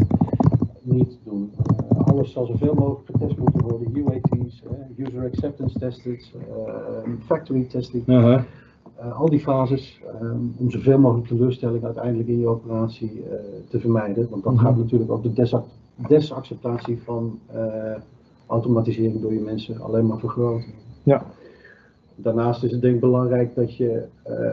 Niet doen. Uh, alles zal zoveel mogelijk getest moeten worden. U A T's, uh, User Acceptance Tested, uh, Factory Testing. Uh-huh. Uh, al die fases, um, om zoveel mogelijk teleurstelling uiteindelijk in je operatie uh, te vermijden. Want dat mm-hmm. gaat natuurlijk ook de desac- desacceptatie van uh, automatisering door je mensen alleen maar vergroten. Ja. Daarnaast is het denk ik belangrijk dat je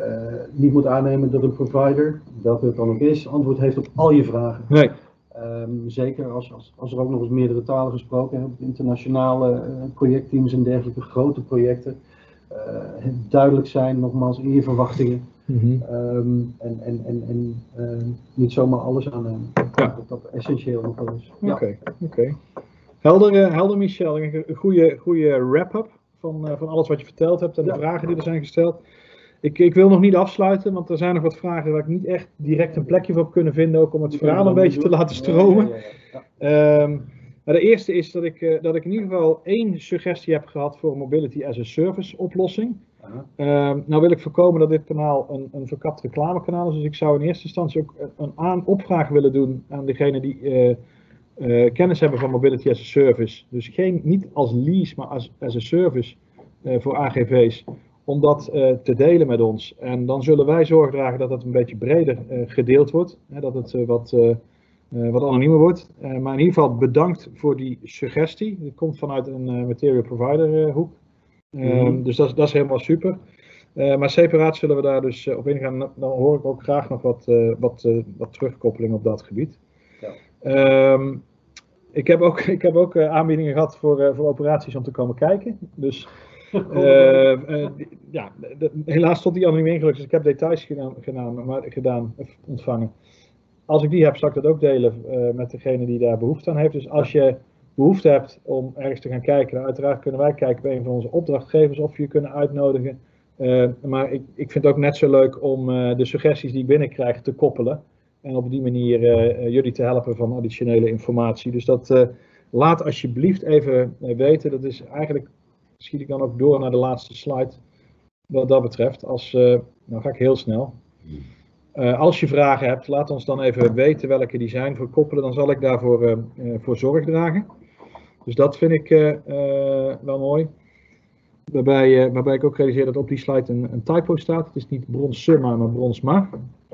uh, niet moet aannemen dat een provider, welke het dan ook is, antwoord heeft op al je vragen. Nee. Um, zeker als, als, als er ook nog eens meerdere talen gesproken hebben, internationale uh, projectteams en dergelijke grote projecten. Uh, het duidelijk zijn, nogmaals, in je verwachtingen. Mm-hmm. Um, en en, en, en uh, niet zomaar alles aannemen. Ja. Dat dat essentieel nog wel is. Oké, okay, ja. okay. helder, uh, helder Michel. Een goede, goede wrap-up van, uh, van alles wat je verteld hebt en ja. de vragen die er zijn gesteld. Ik, ik wil nog niet afsluiten, want er zijn nog wat vragen waar ik niet echt direct een plekje voor heb kunnen vinden, ook om het verhaal een beetje te laten stromen. Ja, ja, ja, ja. Um, de eerste is dat ik, uh, dat ik in ieder geval één suggestie heb gehad voor een Mobility as a Service oplossing. Uh, nou wil ik voorkomen dat dit kanaal een, een verkapt reclamekanaal is, dus ik zou in eerste instantie ook een aan opvraag willen doen aan degenen die uh, uh, kennis hebben van Mobility as a Service. Dus geen, niet als lease, maar als, as a service uh, voor A G V's. Om dat uh, te delen met ons. En dan zullen wij zorg dragen dat het een beetje breder uh, gedeeld wordt. Hè, dat het uh, wat, uh, uh, wat anoniemer wordt. Uh, maar in ieder geval bedankt voor die suggestie. Het komt vanuit een uh, material provider uh, hoek. Uh, mm-hmm. Dus dat, dat is helemaal super. Uh, maar separaat zullen we daar dus uh, op ingaan. Dan hoor ik ook graag nog wat, uh, wat, uh, wat terugkoppeling op dat gebied. Ja. Um, ik heb ook, ik heb ook uh, aanbiedingen gehad voor, uh, voor operaties om te komen kijken. Dus... Uh, uh, ja, de, helaas stond die al niet meer ingelukt, dus ik heb details gedaan, gedaan, maar, gedaan ontvangen. Als ik die heb, zal ik dat ook delen uh, met degene die daar behoefte aan heeft. Dus als je behoefte hebt om ergens te gaan kijken, dan uiteraard kunnen wij kijken bij een van onze opdrachtgevers of je kunnen uitnodigen. Uh, maar ik, ik vind het ook net zo leuk om uh, de suggesties die ik binnenkrijg te koppelen. En op die manier uh, jullie te helpen van additionele informatie. Dus dat uh, laat alsjeblieft even uh, weten. Dat is eigenlijk... Schiet ik dan ook door naar de laatste slide wat dat betreft. Als, uh, nou ga ik heel snel. Uh, als je vragen hebt, laat ons dan even weten welke die zijn voor koppelen. Dan zal ik daarvoor uh, uh, voor zorg dragen. Dus dat vind ik uh, uh, wel mooi. Waarbij, uh, waarbij ik ook realiseer dat op die slide een, een typo staat. Het is niet Bronsumma, maar Bronsma.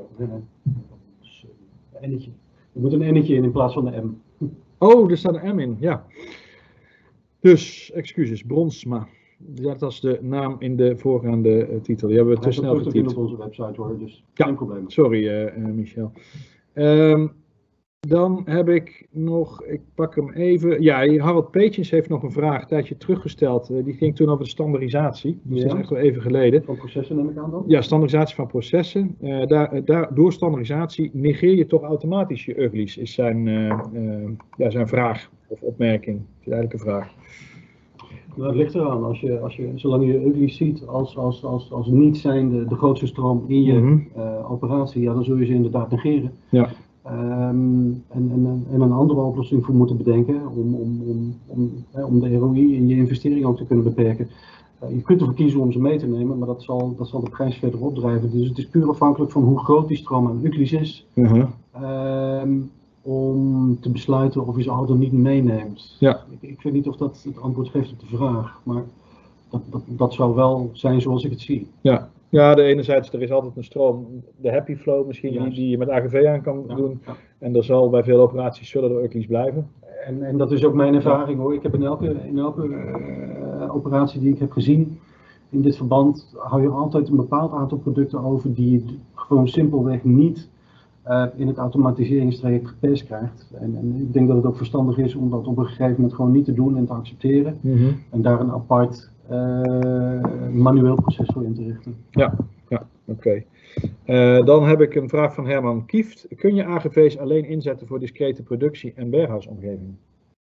Ennetje. Er moet een ennetje in in plaats van een M. Oh, er staat een M in, ja. Dus, excuses, Bronsma. Dat was de naam in de voorgaande uh, titel. Die hebben we te snel getypt. op onze website hoor, dus ja, geen probleem. Sorry uh, uh, Michel. Um, dan heb ik nog, ik pak hem even. Ja, Harold Peetjens heeft nog een vraag een tijdje teruggesteld. Uh, die ging toen over de standaardisatie. Dus ja. Dat is echt wel even geleden. Van processen neem ik aan dan? Ja, standaardisatie van processen. Uh, daar, uh, daar, door standaardisatie negeer je toch automatisch je uglies, is zijn, uh, uh, ja, zijn vraag of opmerking. Dat is eigenlijk een vraag. Nou, het ligt eraan, als je, als je, zolang je uglies ziet als, als, als, als niet zijnde de grootste stroom in je mm-hmm. uh, operatie, ja, dan zul je ze inderdaad negeren. Ja. Um, en, en, en een andere oplossing voor moeten bedenken om, om, om, om, hè, om de R O I in je investering ook te kunnen beperken. Uh, je kunt ervoor kiezen om ze mee te nemen, maar dat zal, dat zal de prijs verder opdrijven. Dus het is puur afhankelijk van hoe groot die stroom aan Uclis is, uh-huh. um, om te besluiten of je ze al dan niet meeneemt. Ja. Ik, ik weet niet of dat het antwoord geeft op de vraag, maar dat, dat, dat zou wel zijn zoals ik het zie. Ja. Ja, de enerzijds, er is altijd een stroom, de happy flow misschien, die, die je met A G V aan kan ja, doen. Ja. En er zal bij veel operaties zullen er Uclis blijven. En, en dat is ook mijn ervaring hoor. Ik heb in elke, in elke uh, operatie die ik heb gezien in dit verband, hou je altijd een bepaald aantal producten over die je gewoon simpelweg niet uh, in het automatiseringstraject geperst krijgt. En, en ik denk dat het ook verstandig is om dat op een gegeven moment gewoon niet te doen en te accepteren. Mm-hmm. En daar een apart Uh, manueel proces voor in te richten. Ja, ja oké. Okay. Uh, dan heb ik een vraag van Herman Kieft. Kun je A G V's alleen inzetten voor discrete productie en warehouse omgeving?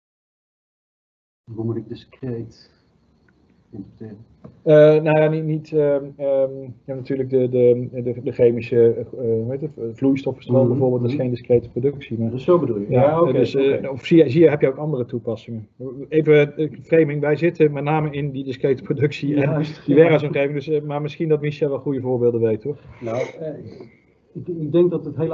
Hoe moet ik discreet interpreteren? Uh, nou ja, niet, niet uh, um, ja, natuurlijk de, de, de, de chemische uh, hoe heet het, vloeistoffenstroom mm-hmm. bijvoorbeeld, dat is geen discrete productie. Maar, dus zo bedoel je? Ja, ja oké. Okay, dus, uh, okay. Of zie je, zie je, heb je ook andere toepassingen? Even uh, framing, wij zitten met name in die discrete productie ja, en die warehouse omgeving, dus, uh, maar misschien dat Michel wel goede voorbeelden weet hoor. Nou, uh, ik, ik denk dat het hele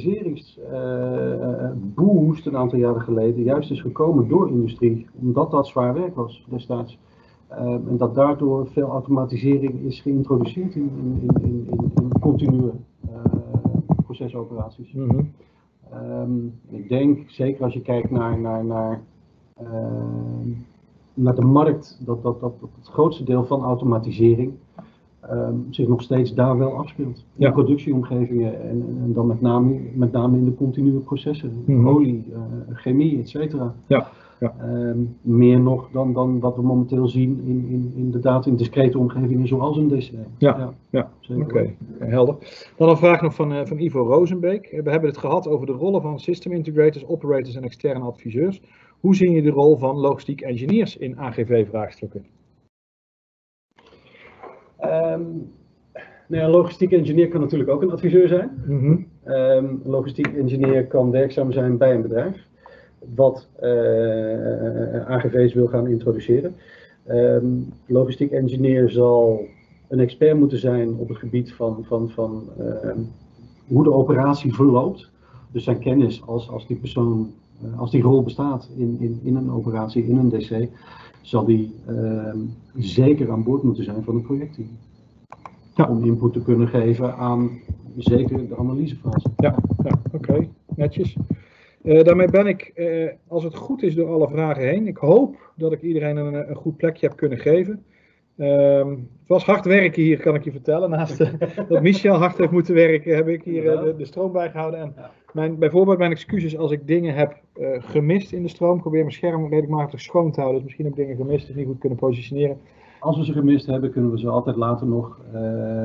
automatiseringsboost uh, een aantal jaren geleden juist is gekomen door industrie, omdat dat zwaar werk was destijds. Uh, en dat daardoor veel automatisering is geïntroduceerd in, in, in, in, in continue uh, procesoperaties. Mm-hmm. um, ik denk, zeker als je kijkt naar, naar, naar, uh, naar de markt, dat, dat, dat, dat het grootste deel van automatisering um, zich nog steeds daar wel afspeelt. In ja. productieomgevingen en, en dan met name, met name in de continue processen, mm-hmm. olie, uh, chemie, et cetera. Ja. Ja. Um, meer nog dan, dan wat we momenteel zien in, in, inderdaad in discrete omgevingen zoals een D C. Ja, ja, ja. Oké, okay. Helder. Dan een vraag nog van, uh, van Ivo Rozenbeek. We hebben het gehad over de rollen van system integrators, operators en externe adviseurs. Hoe zie je de rol van logistiek engineers in A G V-vraagstukken? Um, nou ja, logistiek engineer kan natuurlijk ook een adviseur zijn. Mm-hmm. um, logistiek engineer kan werkzaam zijn bij een bedrijf wat uh, A G V's wil gaan introduceren. Um, logistiek engineer zal een expert moeten zijn op het gebied van, van, van uh, hoe de operatie verloopt. Dus zijn kennis als, als die persoon, uh, als die rol bestaat in, in, in een operatie, in een D C, zal die uh, zeker aan boord moeten zijn van een projectteam. Ja. Om input te kunnen geven aan zeker de analysefase. Ja, ja oké, okay. Netjes. Uh, daarmee ben ik, uh, als het goed is, door alle vragen heen. Ik hoop dat ik iedereen een, een goed plekje heb kunnen geven. Uh, het was hard werken hier, kan ik je vertellen. Naast uh, dat Michel hard heeft moeten werken, heb ik hier uh, de, de stroom bijgehouden. En mijn, bijvoorbeeld mijn excuses als ik dingen heb uh, gemist in de stroom. Ik probeer mijn scherm redelijk schoon te houden. Dus misschien heb ik dingen gemist, dus niet goed kunnen positioneren. Als we ze gemist hebben, kunnen we ze altijd later nog, uh,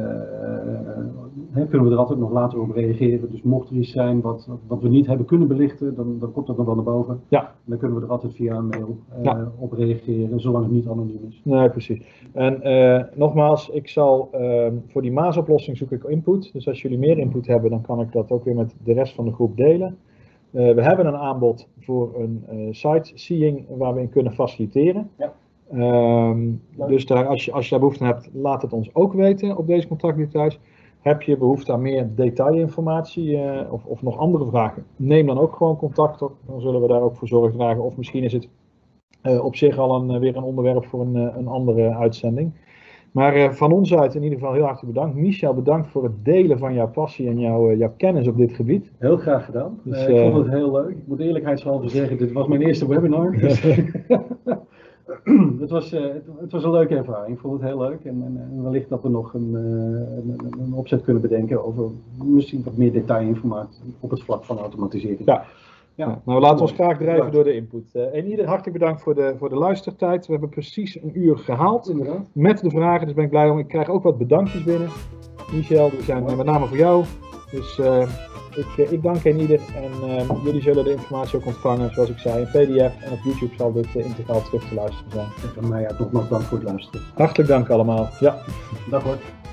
uh, kunnen we er altijd nog later op reageren. Dus mocht er iets zijn wat, wat we niet hebben kunnen belichten, dan, dan komt dat nog wel naar boven. Ja. En dan kunnen we er altijd via een mail uh, ja. op reageren, zolang het niet anoniem is. Nee, precies. En uh, nogmaals, ik zal uh, voor die Maas-oplossing zoek ik input. Dus als jullie meer input hebben, dan kan ik dat ook weer met de rest van de groep delen. Uh, we hebben een aanbod voor een uh, site-seeing waar we in kunnen faciliteren. Ja. Um, dus daar, als, je, als je daar behoefte aan hebt, laat het ons ook weten op deze contactdetails. Heb je behoefte aan meer detailinformatie uh, of, of nog andere vragen, neem dan ook gewoon contact op. Dan zullen we daar ook voor zorg dragen. Of misschien is het uh, op zich al een, weer een onderwerp voor een, een andere uitzending. Maar uh, van ons uit in ieder geval heel hartelijk bedankt. Michel, bedankt voor het delen van jouw passie en jouw, uh, jouw kennis op dit gebied. Heel graag gedaan. Dus, uh, ik vond het heel leuk. Ik moet eerlijkheidshalve zeggen, dit was mijn eerste webinar. Dus het, was, uh, het, het was een leuke ervaring. Ik vond het heel leuk. En, en, en wellicht dat we nog een, uh, een, een opzet kunnen bedenken over misschien wat meer detailinformatie op het vlak van automatisering. Ja. Ja, nou, we laten ons graag drijven door de input. Uh, en ieder hartelijk bedankt voor de, voor de luistertijd. We hebben precies een uur gehaald. Inderdaad. Met de vragen, dus ben ik blij om. Ik krijg ook wat bedankjes binnen. Michel, die zijn met name voor jou. Dus uh, ik, ik dank een ieder. En uh, jullie zullen de informatie ook ontvangen, zoals ik zei, in P D F. En op YouTube zal dit uh, integraal terug te luisteren zijn. En van mij ja, nogmaals dank voor het luisteren. Hartelijk dank allemaal. Ja. Dag hoor.